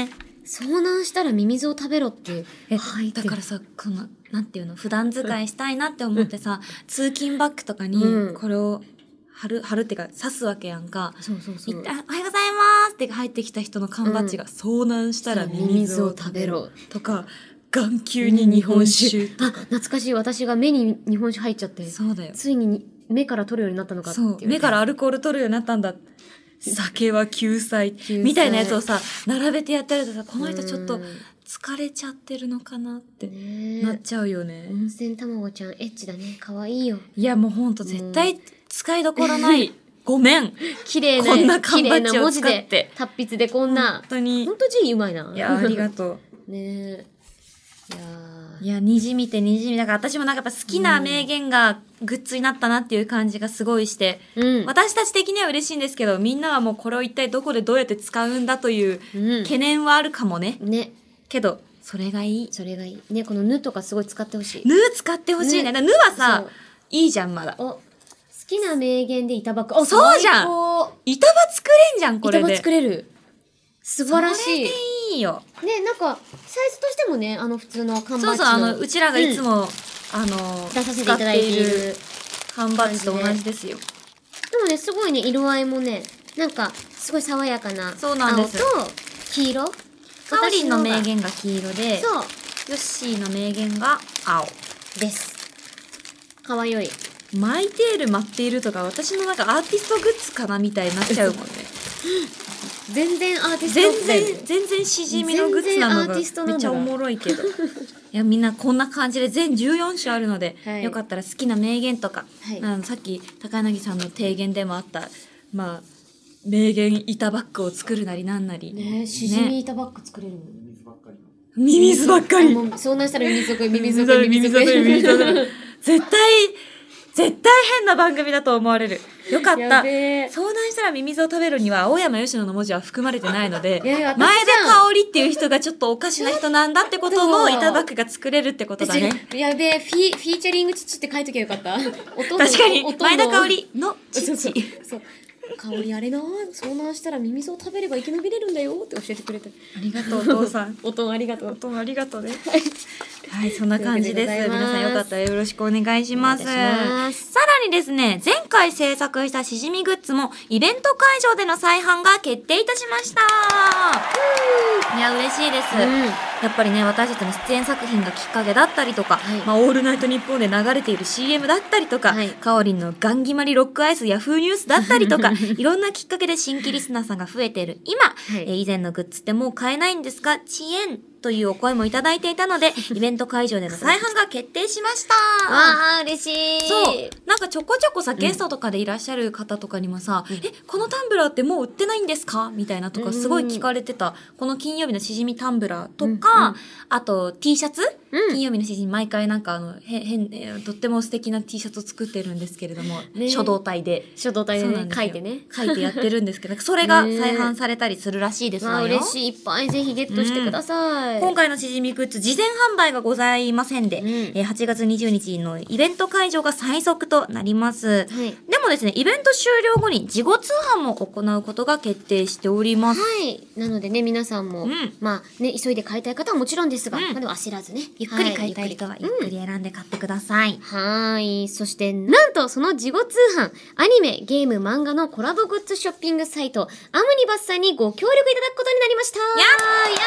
遭難したらミミズを食べろってえ、 入ってる。 だからさ、この、なんていうの、普段使いしたいなって思ってさ、通勤バッグとかにうん、 これを貼る、貼るっていうか、刺すわけやんか。 そうそうそう。 行って、あおはようございますって入ってきた人の缶バッジが、遭難したらミミズを食べろ。とか、眼球に日本酒とあ、 か。 懐かしい。私が目に日本酒入っちゃって。 そうだよ。 ついに目から取るようになったのかっていそう。目からアルコール取るようになったんだ。酒は救済。 済みたいなやつをさ、並べてやってるとさ、この人ちょっと疲れちゃってるのかなってねなっちゃうよね。 温泉卵ちゃんエッチだね。かわいいよ。 いやもうほんと絶対使いどころない。ごめん。 綺麗な、 こんな缶綺バッジを麗な文字使ってで、達筆でこんな本。当にほん。と字うまいな。 いや、ありがとう。 ねえ。いやーいや、にじみてにじみ。だから私もなんかやっぱ好きな名言がグッズになったなっていう感じがすごいして、 うん。 私たち的には嬉しいんですけど、みんなはもうこれを一体どこでどうやって使うんだといううん懸念はあるかもね。 ね。 けど、それがいい。 それがいい。ね、このぬとかすごい使ってほしい。 ぬ使ってほしいね。 ぬだぬはさそう、 いいじゃん、まだ。 お、好きな名言で板バッグ。お、 そうじゃん最高板場作れんじゃん、これで。 板バ作れる。素晴らしい。 それでいいよ。 ね、なんか、サイズとしてもね、あの普通の缶バッジの。 そうそう、あの、うちらがいつも、あの、 出させていただいている使っている缶バッジと同じですよ。 でもね、すごいね、色合いもね、なんか、すごい爽やかな。 そうなんです青と黄色。 カオリンの名私言が黄色で、 がヨッシーの名言が青。 そうです。かわいい。 マイテール舞っているとか、私のなんかアーティストグッズかなみたいになっちゃうもんね。 全然アーティスト全然、全然しじみのグッズなのが全然アーティストなんだなめっちゃおもろいけど。いや、みんなこんな感じで全じゅうよん種あるので、 はいよかったら好きな名言とか、 はいあのさっき高柳さんの提言でもあった、まあ、名言板バッグを作るなりなんなり。 ね、しじみ板バッグ作れるの。 水ばっかりの。 ミミズばっかり。 あもう遭難したらミミズクイ、ミミズクイ、ミミズクイ。 ミミズクイ絶対、絶対変な番組だと思われる。よかった。 やべえ。 遭難したらミミズを食べるには青山吉野の文字は含まれてないので、 いやいや私前じゃん田香織っていう人がちょっとおかしな人なんだってことの板バッグが作れるってことだね。 やべえ、フィ、フィーチャリング父って書いときゃよかった。音の確かに音の前田香織のそうそう父。 そう。香りあれな、遭難したらミミズを食べれば生き延びれるんだよって教えてくれて。 ありがとうお父さん。 音ありがとう。 お父さんありがとうね。はい、そんな感じです。 というわけでございます皆さんよかったらよろしくお願いします。 お願いしますさらにですね、前回制作したしじみグッズもイベント会場での再販が決定いたしました。いや、嬉しいです。 うんやっぱりね、私たちの出演作品がきっかけだったりとか、 はいまあ、オールナイトニッポンで流れている シーエム だったりとか、 はいかおりんのガンギマリロックアイスヤフーニュースだったりとか、いろんなきっかけで新規リスナーさんが増えている今、 はいえー以前のグッズってもう買えないんですか遅延というお声もいただいていたので、イベント会場での再販が決定しました。 わあ、嬉しい。 そう。なんかちょこちょこさ、ゲストとかでいらっしゃる方とかにもさ、え、このタンブラーってもう売ってないんですかみたいなとかすごい聞かれてた、この金曜日のしじみタンブラーとか、 うんうんあと T シャツ、 うん金曜日のしじみ毎回なんかあの、へ、変、えーとっても素敵な T シャツを作ってるんですけれども、 ね書道体で。 書道体でねそうなんですよ書いてね。 書いてやってるんですけど、それがね再販されたりするらしいですわあ、 わよ。 嬉しい。いっぱいぜひゲットしてください。 今回のしじみグッズ、事前販売がございませんで、 うんえーはちがつにじゅうにちのイベント会場が最速となります。 はい。 でもですね、イベント終了後に事後通販も行うことが決定しております。 はい。なのでね、皆さんも、 うんまあね、急いで買いたい方はもちろんですが、 うんまあでも焦らずね。 ゆっくり買いたい人はゆっくり選んで買ってください。 はーい。そして、なんと、その事後通販、アニメ、ゲーム、漫画のコラボグッズショッピングサイト、アムニバスさんにご協力いただくことになりました。 やーや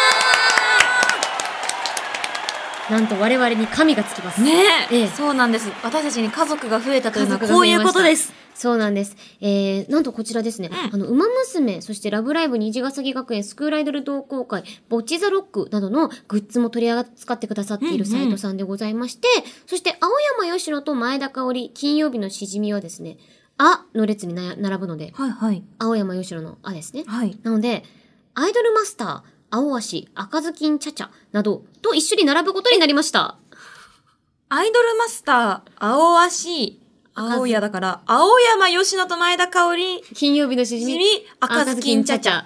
ったーなんと我々に神がつきます。 ねえ、 ええそうなんです。私たちに家族が増えたというのは家族がこういう増えましたことです。 そうなんです。えー、なんとこちらですね。 うんあの、ウマ娘、そしてラブライブ虹ヶ崎学園スクールアイドル同好会、ボッチザロックなどのグッズも取り扱ってくださっているサイトさんでございまして、そして青山吉野と前田香織、金曜日のしじみはですね、あの列にな並ぶので、 はいはい。 青山吉野のあですね。 はい。 なので、アイドルマスター、青足、赤ずきんちゃちゃなどと一緒に並ぶことになりました。 アイドルマスター、青足、青やだから、青山吉野と前田香織、 金曜日のしじみ、 しみ、赤ずきんちゃちゃ。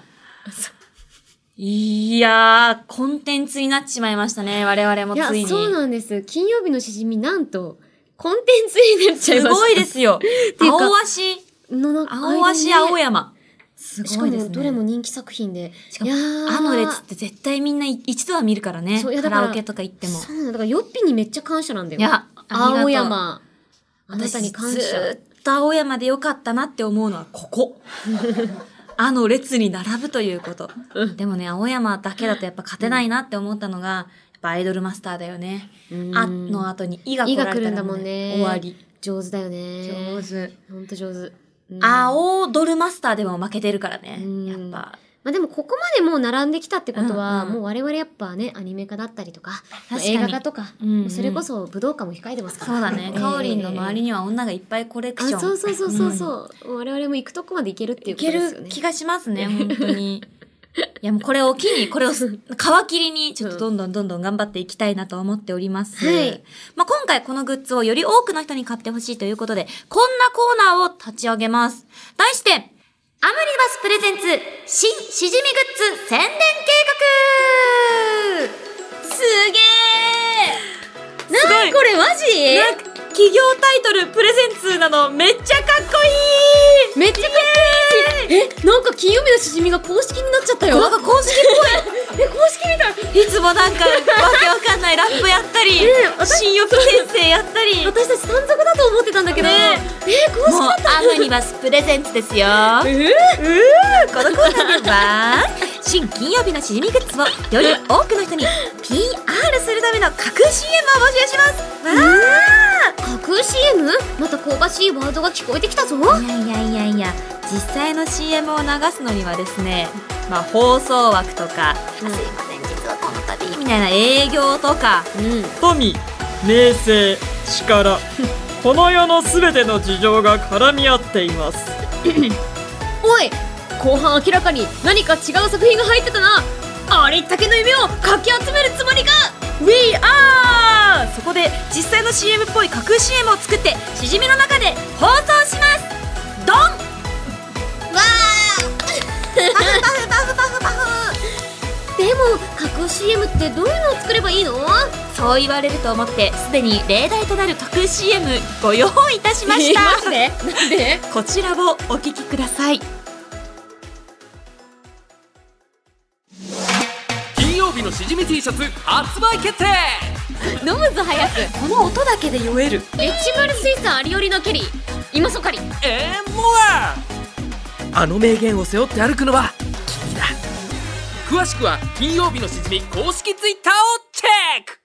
いやー、コンテンツになっちまいましたね、我々もいや、 ついに。 そうなんです。金曜日のしじみ、なんと、コンテンツになっちゃいました。 すごいですよ。 ていうか青足、 のな青足、青や。 山。 すしかごいですね。 もどれも人気作品で。 しかもいやーあの列って絶対みんな一度は見るからね。 そういやだからカラオケとか行っても。 そうなんだ。だからヨッピーにめっちゃ感謝なんだよ。 いや、ありがとう青山。あなたに感謝。 私ずーっと青山でよかったなって思うのはここ。あの列に並ぶということ。でもね、青山だけだとやっぱ勝てないなって思ったのが、やっぱアイドルマスターだよね。 うんあの後にいが来いられたらが来るんだもんね。 終わり。 上手だよね。 上手。 ほんと上手。うん青ドルマスターでも負けてるからね。 うんやっぱ。 まあでもここまでもう並んできたってことは、 うんうんもう我々やっぱね、アニメ化だったりとか、まあ確かに映画化とか、 うんうんそれこそ武道館も控えてますから。 そうだね。かおりんの周りにには女がいっぱいコレクション。 あ、そうそうそうそうそう、我々も行くとこまで行けるっていいうけことですよね。 る気がしますね、本当に。いやもうこれを機に、これをす皮切りにちょっとどんどんどんどん頑張っていきたいなと思っております。 はいまあ今回このグッズをより多くの人に買ってほしいということで、こんなコーナーを立ち上げます。題して、アムニバスプレゼンツ新しじみグッズ宣伝計画。すげーすごいこれマジなんか企業タイトルプレゼンツなのめっちゃかっこいい。 めっちゃかっこいい。え、なんか金曜日のしじみが公式になっちゃったよ。 なんか公式っえ、公式みたい。 ぽい。いつもなんかわけわかんないラップやったり、新予期転生やったり。 私たち山賊だと思ってたんだけど、 ねえ、公式もうだったアムニバスプレゼンツですよ。 えー、 うーこのコーナーでは新金曜日のしじみグッズをより多くの人に ピーアール するための架空 シーエム を募集します。わー架空 シーエム？ また香ばしいワードが聞こえてきたぞ。 いやいやいやいや、実際の シーエム を流すのにはですね、まあ放送枠とか、 うんあすいません実はこの度みたいな営業とか、 うん。 富、名声、力この世のすべての事情が絡み合っています。 おい、後半明らかに何か違う作品が入ってたな。ありったけの夢をかき集めるつもりか。 We are! そこで実際の シーエム っぽい架空 シーエム を作ってしじみの中で放送します。ドンわーパフパフパフパフパフ。 でも架空 シーエム ってどういうのを作ればいいの？ そう言われると思ってすでに例題となる架空 シーエム ご用意いたしました。 えーマジで？なんで？ こちらをお聞きください。 金曜日のしじみ T シャツ発売決定。 飲むぞ早く。 この音だけで酔える。 エチマル水産ありよりのケリー今そかり。 えー、モアあの名言を背負って歩くのは君だ。詳しくは金曜日のしじみ公式ツイッターをチェック。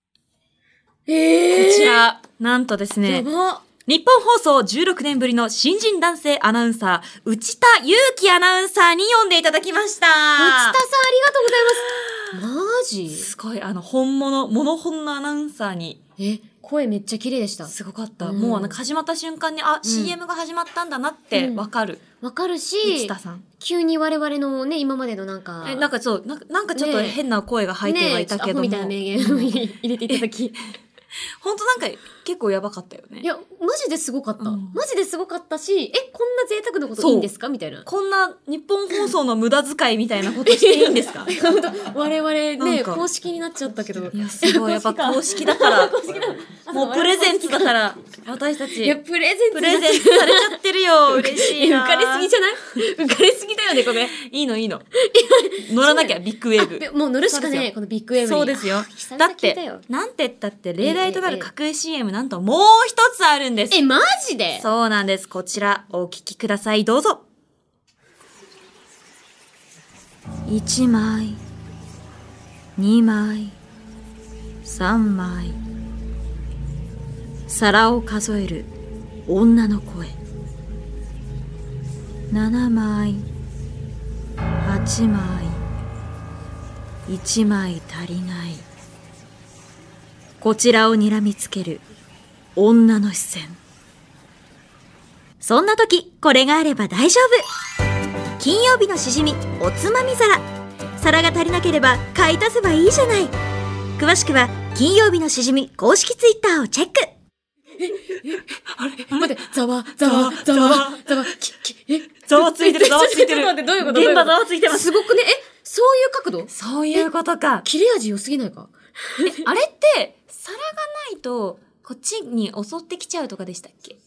えこちら、なんとですね、 やば。 日本放送じゅうろくねんぶりの新人男性アナウンサー、内田祐樹アナウンサーに読んでいただきました。 内田さんありがとうございます。マジ？ すごい、あの、本物、モノ本のアナウンサーに、 え、声めっちゃ綺麗でした。 すごかった。 うんもうあの、始まった瞬間に、あ、シーエム が始まったんだなってわかる。 わかるし、 内田さん。 急に我々のね、今までのなんか、 え、なんかそう、なんかなんかちょっとねえ変な声が入ってはいたけども。 ねえちょっとアホみたいな名言を入れていただき。 ほんとなんか結構やばかったよね。 いや、マジですごかった。 うんマジですごかったし、え、こんな贅沢なこといいんですかみたいな。 こんな日本放送の無駄遣いみたいなことしていいんですか？ 我々ね、 なんか公式になっちゃったけど。 いや、すごい。やっぱ公式だから。もうプレゼンツだから、私たち。 いや、プレゼンツプレゼンツされちゃってるよ。嬉しいな。 浮かれすぎじゃない浮かれすぎだよね、これ。 いいのいいの。乗らなきゃ、ビッグウェーブ。 あもう乗るしかね、 そうですよこのビッグウェーブに。 そうですよあ久。 だって 々聞いたよ、 なんて言ったって、例題となる架空 シーエム なんともう一つあるんです。 え、マジで？ そうなんです。こちら、お聞きください。どうぞ。一枚、二枚、三枚。皿を数える女の声。七枚、八枚、一枚足りない。こちらを睨みつける女の視線。そんな時、これがあれば大丈夫。金曜日のしじみ、おつまみ皿。皿が足りなければ買い足せばいいじゃない。詳しくは、金曜日のしじみ公式ツイッターをチェック。 待って、ざわ、ざわ、ざわ、ざわ、き、き、えざわついてるざわついてるちょっと待って、どういうこと？ 現場ざわついてますすごくね、え、そういう角度？ そういうことか。 切れ味良すぎないか？ あれって、皿がないと、こっちに襲ってきちゃうとかでしたっけ？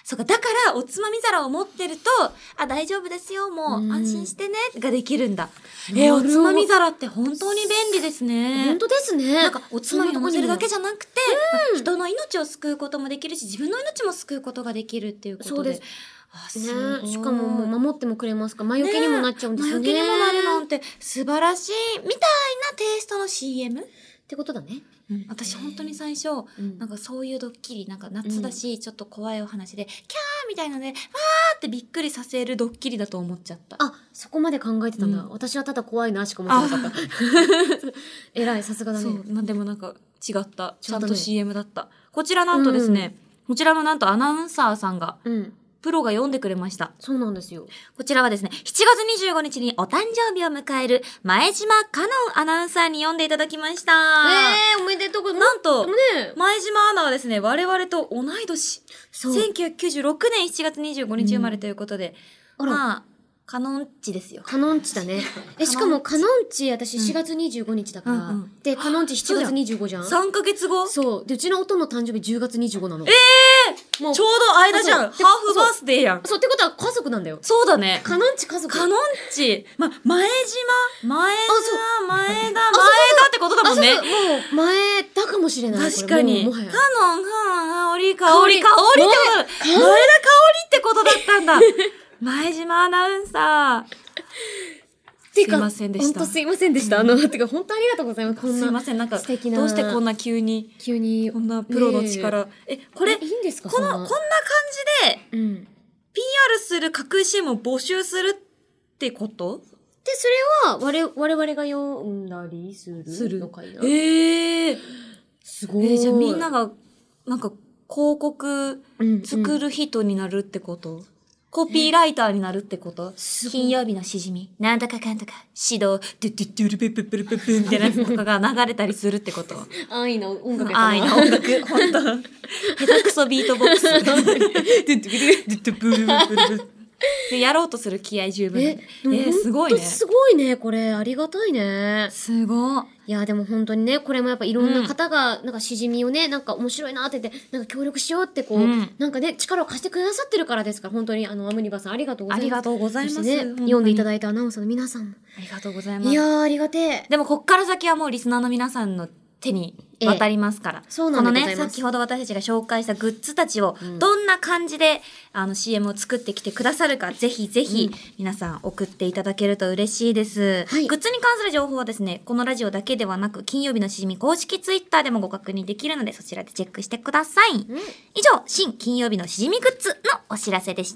そうか、だからおつまみ皿を持ってると、あ、大丈夫ですよ、もう安心してね、ができるんだ。えー、おつまみ皿って本当に便利ですね。 本当ですね。 なんかおつまみを乗せるだけじゃなくて、人の命を救うこともできるし、自分の命も救うことができるっていうことで。 そうです。 あ、すごい。 ね、しかももう守ってもくれますか、魔除けにもなっちゃうんですよね。 魔除けにもなるなんて素晴らしいみたいなテイストの シーエムってことだね。 うん、私本当に最初、うん、なんかそういうドッキリ、なんか夏だし、うん、ちょっと怖いお話で、キャーみたいなので、わーってびっくりさせるドッキリだと思っちゃった。 あ、そこまで考えてたんだ。うん、私はただ怖いなしか思ってなかった。えらい、さすがだね。 そう、まあ、でもなんか違った。ちゃんと シーエム だった。こちらなんとですね、うん、こちらもなんとアナウンサーさんが、うんプロが読んでくれました。 そうなんですよ。 こちらはですね、しちがつにじゅうごにちにお誕生日を迎える前島香音アナウンサーに読んでいただきました。 えー、おめでとうございます。 なんと、 ね、 前島アナはですね、我々と同い年。せんきゅうひゃくきゅうじゅうろくねんしちがつにじゅうごにち生まれということで、うん、まあ、カノンチですよ。 カノンチだね。え、しかもカノンチ、私しがつにじゅうごにちだから。うんうん、で、カノンチしちがつにじゅうごじゃん。 さんかげつごそう。で、うちの音の誕生日じゅうがつにじゅうごなの。 ええー、もうちょうど間じゃん。ハーフバースデーやん。 そう、ってことは家族なんだよ。 そうだね。 カノンチ家族。 カノンチ。ま、前島前田前田前田ってことだもんね。 もう、前田かもしれない。 確かに。 もはや。 カノン、香り、香り、香りってことだ。前田香りってことだったんだ。前島アナウンサー。すいませんでした。 本当すいませんでした。あの、てか本当ありがとうございます。こんな。 すいません、なんか、どうしてこんな急に、 急に、 こんなプロの力。え、これ、いいんですかこの、こんな感じで、うん。ピーアール する架空 シーエム を募集するってことで、それは、我々、我々が読んだりするするのかいな。 ええー。 すごい。 えー、じゃあみんなが、なんか、広告作る人になるってこと、うんうん、コピーライターになるってこと、金曜日のしじみ、なんとかかんとか、指導、ドゥドゥドゥルペププルププみたいなやつとかが流れたりするってこと安易な音楽や安易な音楽、ほんと。下手くそビートボックス。ドゥドゥドゥドゥドゥプルプルプル。で、やろうとする気合十分。え、えー、すごいね。 すごいね、これ。ありがたいね。 すごい。 いや、でも本当にね、これもやっぱいろんな方が、なんかしじみをね、なんか面白いなって言って、なんか協力しようってこう、うん、なんかね、力を貸してくださってるからですから、本当にあの、アムニバさんありがとうございます。 ありがとうございます。 ね、読んでいただいたアナウンサーの皆さんも。 ありがとうございます。 いやー、ありがてえ。 でも、こっから先はもうリスナーの皆さんの手に渡りますから。ええ、 そうなんでございます。 このね、先ほど私たちが紹介したグッズたちを、どんな感じで、うん、あの シーエム を作ってきてくださるか、ぜひぜひ、皆さん送っていただけると嬉しいです。はい、グッズに関する情報はですね、このラジオだけではなく、金曜日のしじみ公式ツイッターでもご確認できるので、そちらでチェックしてください。うん、以上、新金曜日のしじみグッズのお知らせでした。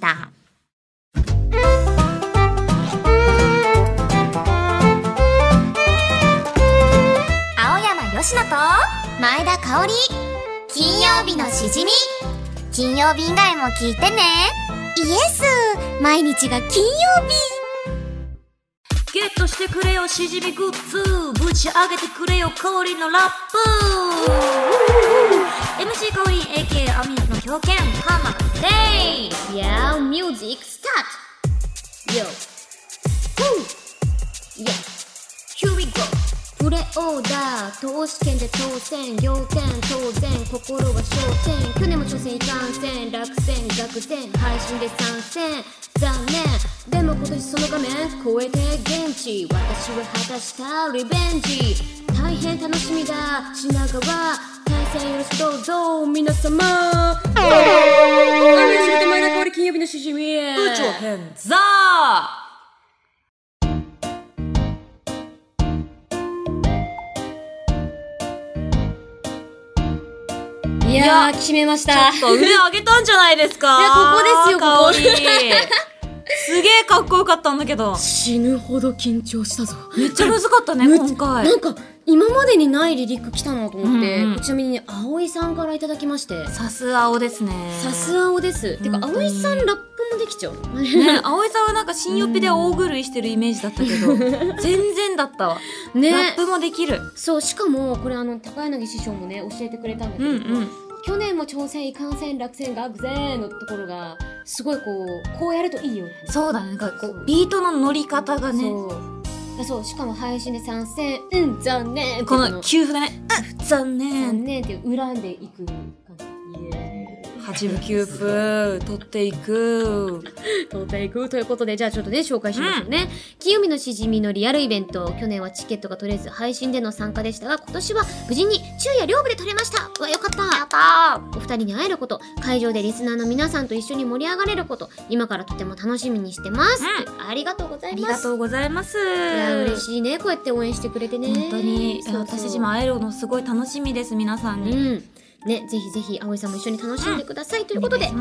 吉野と前田香織、金曜日のしじみ。金曜日以外も聞いてね。イエス、毎日が金曜日。ゲットしてくれよしじみグッズ、ぶち上げてくれよ香りのラップ。 エムシー 香り エーケー アミの狂犬ハマデイ。 Yeah, music start. Yo, woo, yeah, here we go. プレオーダー、投資券で当選、仰天当然、心は焦点。去年も挑戦いかんせん、落選逆転、配信で参戦、残念。でも今年その画面超えて現地、私は果たしたリベンジ。大変楽しみだ、品川、対戦よろしくどうぞ、皆様。あめしめて前田香織金曜日のしじみ。 宇宙編ザー。 いやー、決めました。 ちょっと腕上げたんじゃないですか。 いや、ここですよ、ここ。 すげーかっこよかったんだけど。 死ぬほど緊張したぞ。 めっちゃ難かったね、今回。 なんか、今までにないリリック来たなと思って、うんうん、ちなみに、葵さんからいただきまして。 さす青ですね。 さす青です。てか、葵さんラップもできちゃう。 ね、葵さんはなんか新予備で大狂いしてるイメージだったけど、全然だったわ。ね。ラップもできる。 そう、しかも、これあの、高柳師匠もね、教えてくれたんだけど、うんうん、去年も挑戦、いかんせん、落選、学生のところが、すごいこう、こうやるといいよ。 そうだね。なんかこう、ビートの乗り方がね。 そう。そう、しかも配信で参戦、うん、残念。 この給付だね。うん、残念。 残念って恨んでいく感じ。イエーイ。 はちぶきゅうぶ取っていく。 取っていくということで、じゃあちょっとね、紹介しましょうね。金曜日のしじみのリアルイベント、去年はチケットが取れず配信での参加でしたが、今年は無事に昼夜両部で取れました。うわ、よかった。やったー。お二人に会えること、会場でリスナーの皆さんと一緒に盛り上がれること、今からとても楽しみにしてます。うん、ありがとうございます。 ありがとうございます。いや、嬉しいね、こうやって応援してくれてね。 本当に、 そうそう、 私たちも会えるのすごい楽しみです、皆さんに。 うんね、ぜひぜひ葵さんも一緒に楽しんでください、うん、ということで、はい、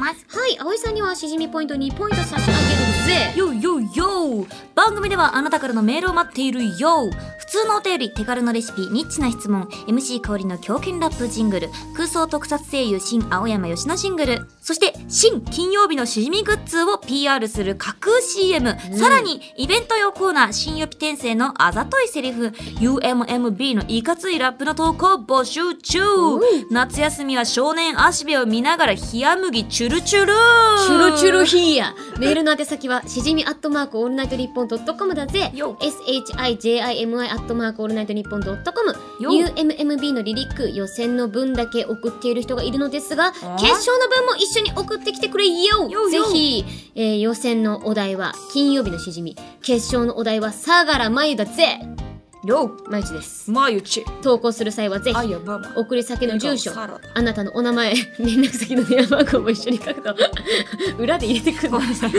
葵さんにはしじみポイントにポイント差し上げるぜ。 よよよ、番組ではあなたからのメールを待っているよ。普通のお便り、手軽のレシピ、ニッチな質問、 エムシー 香りの狂犬ラップジングル、空想特撮声優新青山吉野シングル、そして新金曜日のしじみグッズを ピーアール する架空 シーエム、うん、さらにイベント用コーナー、新予備転生のあざといセリフ、 ユーエムエムビー のいかついラップの投稿募集中。夏休みは少年足部を見ながら冷や麦チュルチュルチュルチュルヒーヤ。メールの宛先はしじみアットマークオールナイトニッポンドットコムだぜ。 エスエイチアイジェイアイエムアイ アットマークオールナイトニッポンドットコム。 ユーエムエムビー のリリック、予選の分だけ送っている人がいるのですが、決勝の分も一緒に送ってきてくれよ。 よぜひ、えー、予選のお題は金曜日のしじみ、決勝のお題は相良真由だぜ。 よまゆちです。 まゆち。 投稿する際はぜひ、送り先の住所、あなたのお名前、連絡先の電話番号も一緒に書くと、裏で入れてくるの。刻んじゃった。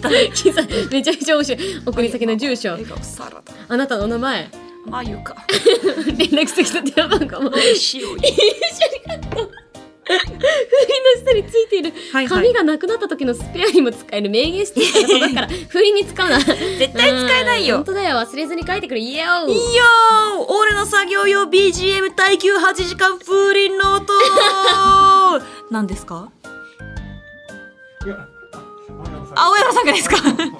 めちゃめちゃ面白い。送り先の住所、あなたのお名前、 まゆか。 連絡先の電話番号も一緒に書くと。振りの下についている紙がなくなった時のスペアにも使える名言ステッカーが届くから、振りに使うな。 絶対使えないよ。 本当だよ、忘れずに書いてくれ。いいよいいよー。俺の作業用 ビージーエム 耐久はちじかん風鈴の音。何ですか？ いや、 青山さんがですか？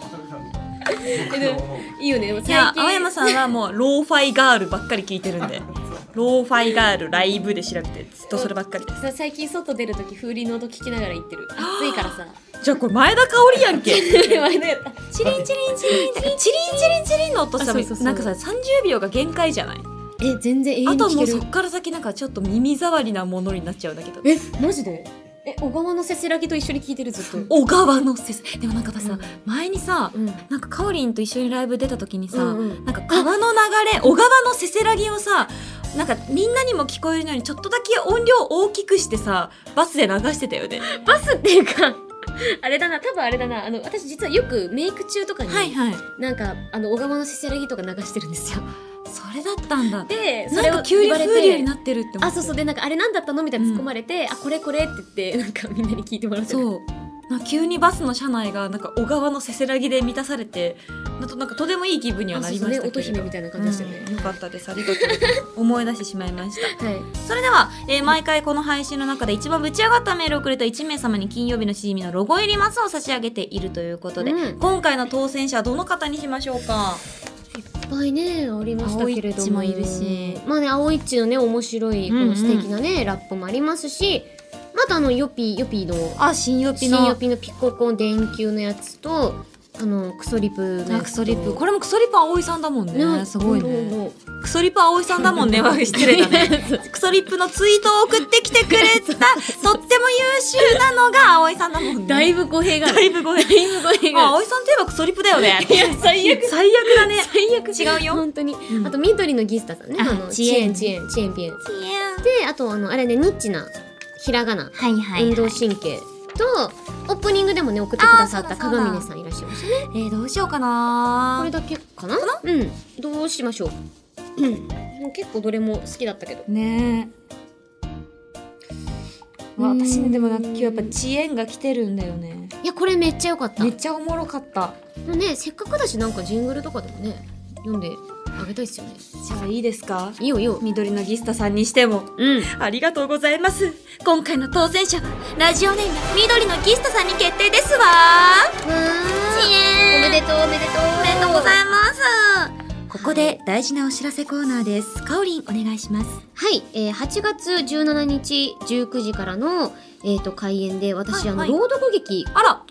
いいよね。でも最近、 いや、青山さんはもうローファイガールばっかり聞いてるんで。ローファイガールライブで調べてずっとそればっかりです。 最近外出るとき風鈴の音聞きながら行ってる。暑いからさ。 じゃあこれ前田香織やんけ。 前田やった。 チリンチリンチリンチリンチリンチリンチリンの音さ、なんかささんじゅうびょうが限界じゃない？ え、全然永遠に聞ける。 あともうそっから先なんかちょっと耳障りなものになっちゃうんだけど。 え、マジで？え、小川のせせらぎと一緒に聞いてる、ずっと。 小川のせせ、でもなんかさ、うん、前にさ、 うん、 なんかかおりんと一緒にライブ出た時にさ、 うんうん、 なんか川の流れ、小川のせせらぎをさ、なんかみんなにも聞こえるようにちょっとだけ音量大きくしてさ、バスで流してたよね。 バスっていうか、あれだな、多分あれだな、あの、私実はよくメイク中とかに、はいはい、なんか、あの、小川のせせらぎとか流してるんですよ。 それだったんだ。 で、 それを急に風流になってるって思って。 あ、そうそう。で、なんかあれなんだったのみたいな突っ込まれて、うん、あ、これこれって言って、なんかみんなに聞いてもらってる。 そう。なんか急にバスの車内がなんか小川のせせらぎで満たされて、なんとなんかとてもいい気分にはなりましたけど。 そうそうね、乙姫みたいな感じでしたね。 うん、よかったです。ありがとうございます。思い出してしまいました。 はい。 それでは、えー、毎回この配信の中で一番ぶち上がったメールをくれたいちめい様に金曜日のしじみのロゴ入りマスを差し上げているということで、うん、今回の当選者はどの方にしましょうか？ いっぱいねありましたけれども、 青いっちもいるし、 まあね、青いっちのね面白いこの素敵なね、うんうん、ラップもありますし、またあのヨピヨピのあ新ヨピの新ヨピのピココン電球のやつと、あのクソリプのやつと、 クソリプこれもクソリプ葵さんだもんね、ねすごいね。クソリプ葵さんだもんねは失礼だね。クソリプのツイートを送ってきてくれたとっても優秀なのが葵さんだもんね。 だいぶ語弊がだいぶ語弊だいぶ語弊が葵さんといえばクソリプだよね。 いや最悪最悪だね。 最悪違うよ本当に、 うん、 あと緑のギスタさんね、あのチエンチエンチエンピエンチエンで、あとあのあれねニッチなひらがな、 はいはいはい、 運動神経とオープニングでもね送ってくださった鏡音さんいらっしゃいましたね。 えー、どうしようかな。 これだけかな。うんどうしましょう。うん結構どれも好きだったけどねえ。私ねでもなんか今日やっぱ遅延が来てるんだよね。 いやこれめっちゃ良かった。 めっちゃおもろかった。 もうねせっかくだしなんかジングルとかでもね読んであげたいっすよね。 じゃあいいですか。 いいよいいよ。 緑のギスタさんにしても、 うん、 ありがとうございます。今回の当選者はラジオネーム緑のギスタさんに決定ですわ。 うーんおめでとうおめでとうおめでとうございます。ここで大事なお知らせコーナーです。かおりんお願いします。 はい、えー、はちがつじゅうしちにちじゅうくじからの、えー、と開演で私、はいはい、あの朗読劇あら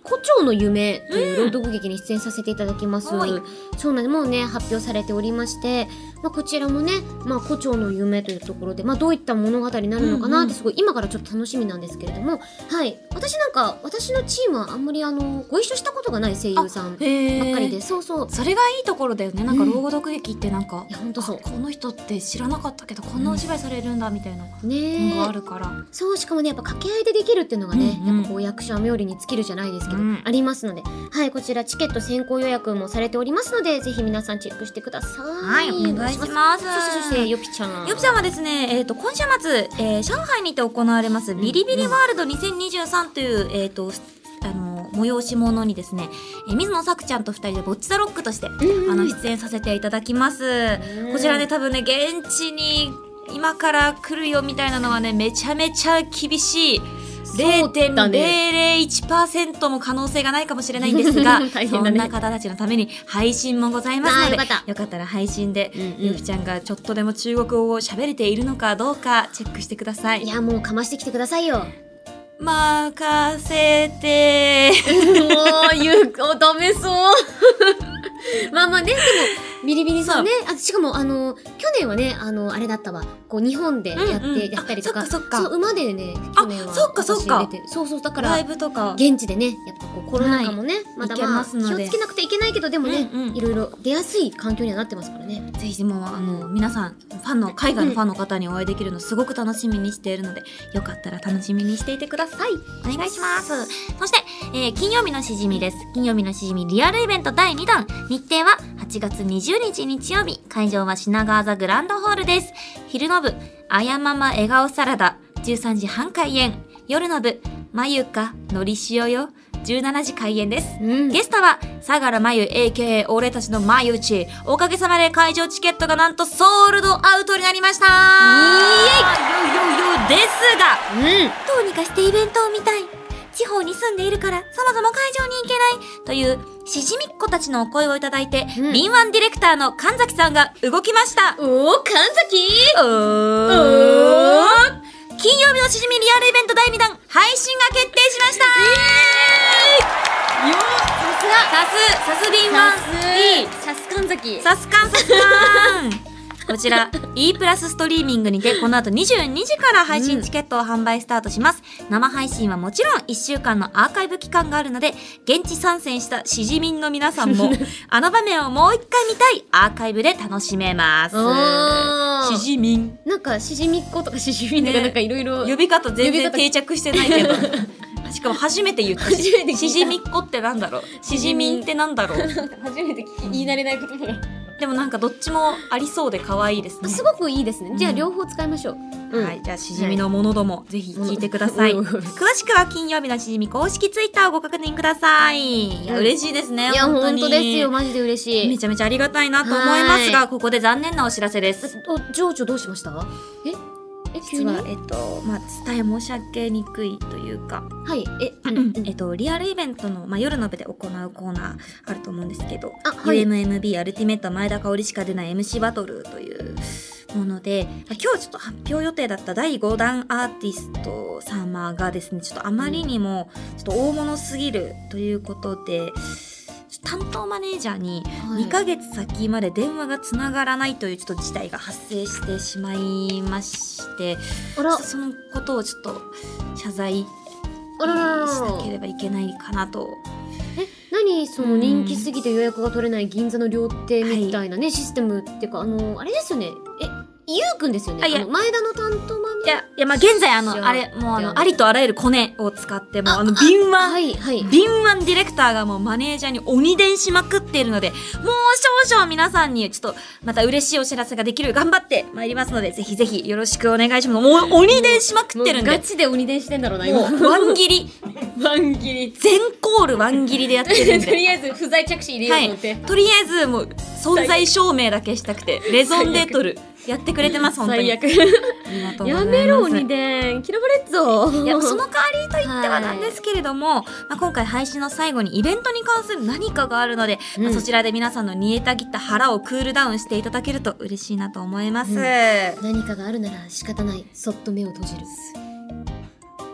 胡蝶の夢という朗読劇に出演させていただきます。 はいそうなんです。もうね、発表されておりまして、まあ、こちらもね、まあ、胡蝶の夢というところで、まあ、どういった物語になるのかなってすごい、今からちょっと楽しみなんですけれども、はい。私なんか、私のチームはあんまりあの、ご一緒したことがない声優さんばっへーかりで、そうそう。 それがいいところだよね。なんか朗読劇ってなんか、 いや、ほんとそう。 この人って知らなかったけどこんなお芝居されるんだみたいなねのがあえ。 るから、 そう、しかもね、やっぱ掛け合いでできるっていうのがね、 うんうんやっぱこう役者冥利に尽きるじゃないですけど、 うんありますので、はい、こちらチケット先行予約もされておりますので、ぜひ皆さんチェックしてください。 はいお願いしますそしてそして、よぴちゃん。 よぴちゃんはですね、えー、と今週末、えー上海にて行われますビリビリワールドにせんにじゅうさんという、えー、とあの催し物にですね、えー水野さくちゃんとふたりでボッチザロックとして、 うんあの出演させていただきます。 うんこちらね多分ね現地に今から来るよみたいなのはねめちゃめちゃ厳しい。ゼロてんゼロゼロいちパーセント も可能性がないかもしれないんですが、 大変だねそんな方たちのために配信もございますので、 あーよかったよかったら配信で、 うんうんゆきちゃんがちょっとでも中国語を喋れているのかどうかチェックしてください。 いや、もうかましてきてくださいよ。 任せてもう、言う、お、ダメそう。まあまあね、でも、ビリビリさんね、あ、しかも、あの、去年はね、あの、あれだったわ、こう、日本でやって、 うんうんやったりとか、 あそっかそっかそう、馬でね、去年は、 そっかそっか私出てそうそう、だから、 ライブとか現地でね、やっぱこう、コロナ禍もね、まだいけまあ、 ますので気をつけなくていけないけど、でもね、 うんうんいろいろ出やすい環境にはなってますからね。 ぜひもうあの皆さんファンの海外のファンの方にお会いできるのすごく楽しみにしているので、よかったら楽しみにしていてください。お願いします。そして、えー金曜日のしじみです。金曜日のしじみリアルイベントだいにだん、日程ははちがつにじゅうにち日曜日、会場は品川ザグランドホールです。昼の部あやまま笑顔サラダじゅうさんじはん開演、夜の部まゆかのりしおよじゅうしちじ開演です。 うんゲストは相良真由 エーケーエー 俺たちの真由ち。おかげさまで会場チケットがなんとソールドアウトになりましたイエイよよよですが、 うん。 どうにかしてイベントを見たい、地方に住んでいるからそもそも会場に行けないというしじみっ子たちのお声をいただいて、 うん敏腕ディレクターの神崎さんが動きました。 おー、神崎おー金曜日のしじみリアルイベントだいにだん配信が決定しましたイエーイよさすがさすさす敏腕 D さす神崎。 さすかんさすかんこちら E プラスストリーミングにてこの後にじゅうにじから配信チケットを販売スタートします。生配信はもちろんいっしゅうかんのアーカイブ期間があるので、現地参戦したしじみんの皆さんもあの場面をもう一回見たいアーカイブで楽しめます。 おーしじみんなんか、しじみっ子とかしじみんとか、 ねなんかいろいろ。 呼び方全呼び方然定着してないけどしかも初めて言ったし初めて聞いたしじみっこってなんだろう、しじみんってなんだろう初めて聞き、言い慣れない言葉が。 でもなんかどっちもありそうで可愛いですね。 すごくいいですね。じゃあうん両方使いましょう。うんはい、じゃあしじみのものども、ぜひ聞いてください。 うん詳しくは金曜日のしじみ公式ツイッターをご確認ください。いや、 うん嬉しいですね。 いや、 本当に本当ですよ。マジで嬉しい。 めちゃめちゃありがたいなと思いますはが、ここで残念なお知らせです。 お、情緒どうしましたええ、急に実は、えっと、まあ、伝え申し上げにくいというか、 はい。え、うんうんえっと、リアルイベントの、まあ、夜の部で行うコーナーあると思うんですけど、 あはいユーエムエムビー アルティメット前田香織しか出ない エムシー バトルというもので、まあ今日ちょっと発表予定だっただいごだんアーティスト様がですね、ちょっとあまりにもちょっと大物すぎるということで、ちょっと担当マネージャーにはいにかげつ先まで電話がつながらないというちょっと事態が発生してしまいまして、 あら、 そのことをちょっと謝罪あらららしらなければいけないかなと。 え、何その人気すぎて予約が取れない銀座の料亭みたいなね、システムっていうか、あの、あれですよね。え、ゆうくんですよね。 あいやあの前田の担当マネいや、いや、まあ、現在、あの、 じゃああれ、もう、あじゃあの、ありとあらゆるコネを使って、もう、あの、敏腕、 はい、はい。 敏腕ディレクターがもうマネージャーに鬼伝しまくっているので、もう少々皆さんにちょっとまた嬉しいお知らせができるよう頑張ってまいりますので、ぜひぜひよろしくお願いします。もう鬼伝しまくってるんで、 もうガチで鬼伝してんだろうな、 もうワン切り、 ワン切り。 全コールワン切りでやってるんとで。 りあえず不在着手入れようと思って。 とりあえずもう存在証明だけしたくて、レゾンで撮る。やってくれてます、本当に。 最悪。 ありがとうございます。 やめろ、鬼伝。嫌われっぞ。 いや、その代わりと言ってはなんですけれども、まあ、今回配信の最後にイベントに関する何かがあるので、まあ、 うんそちらで皆さんの煮えたぎった腹をクールダウンしていただけると嬉しいなと思います。 うん何かがあるなら仕方ない。そっと目を閉じる。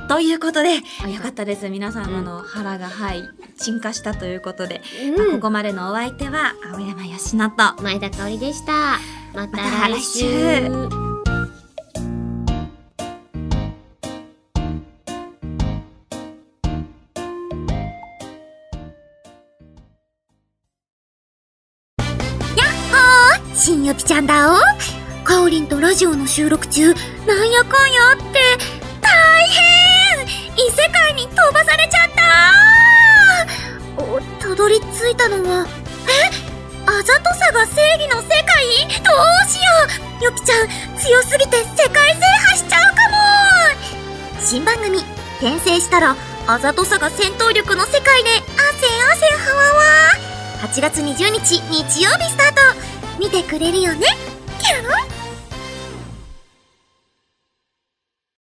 ということで、よかったです。皆さんのの腹が、はい、沈下したということで、 うんまあここまでのお相手は、青山よしのと、 前田香織でした。また来来週。 週新よぴちゃんだお。かおりんとラジオの収録中、なんやかんやあって、大変異世界に飛ばされちゃったお、たどり着いたのは、えあざとさが正義の世界？どうしようよぴちゃん、強すぎて世界制覇しちゃうかも。新番組、転生したら、あざとさが戦闘力の世界で、汗汗はわわ。はちがつにじゅうにち日曜日スタート。見てくれるよね？キャロ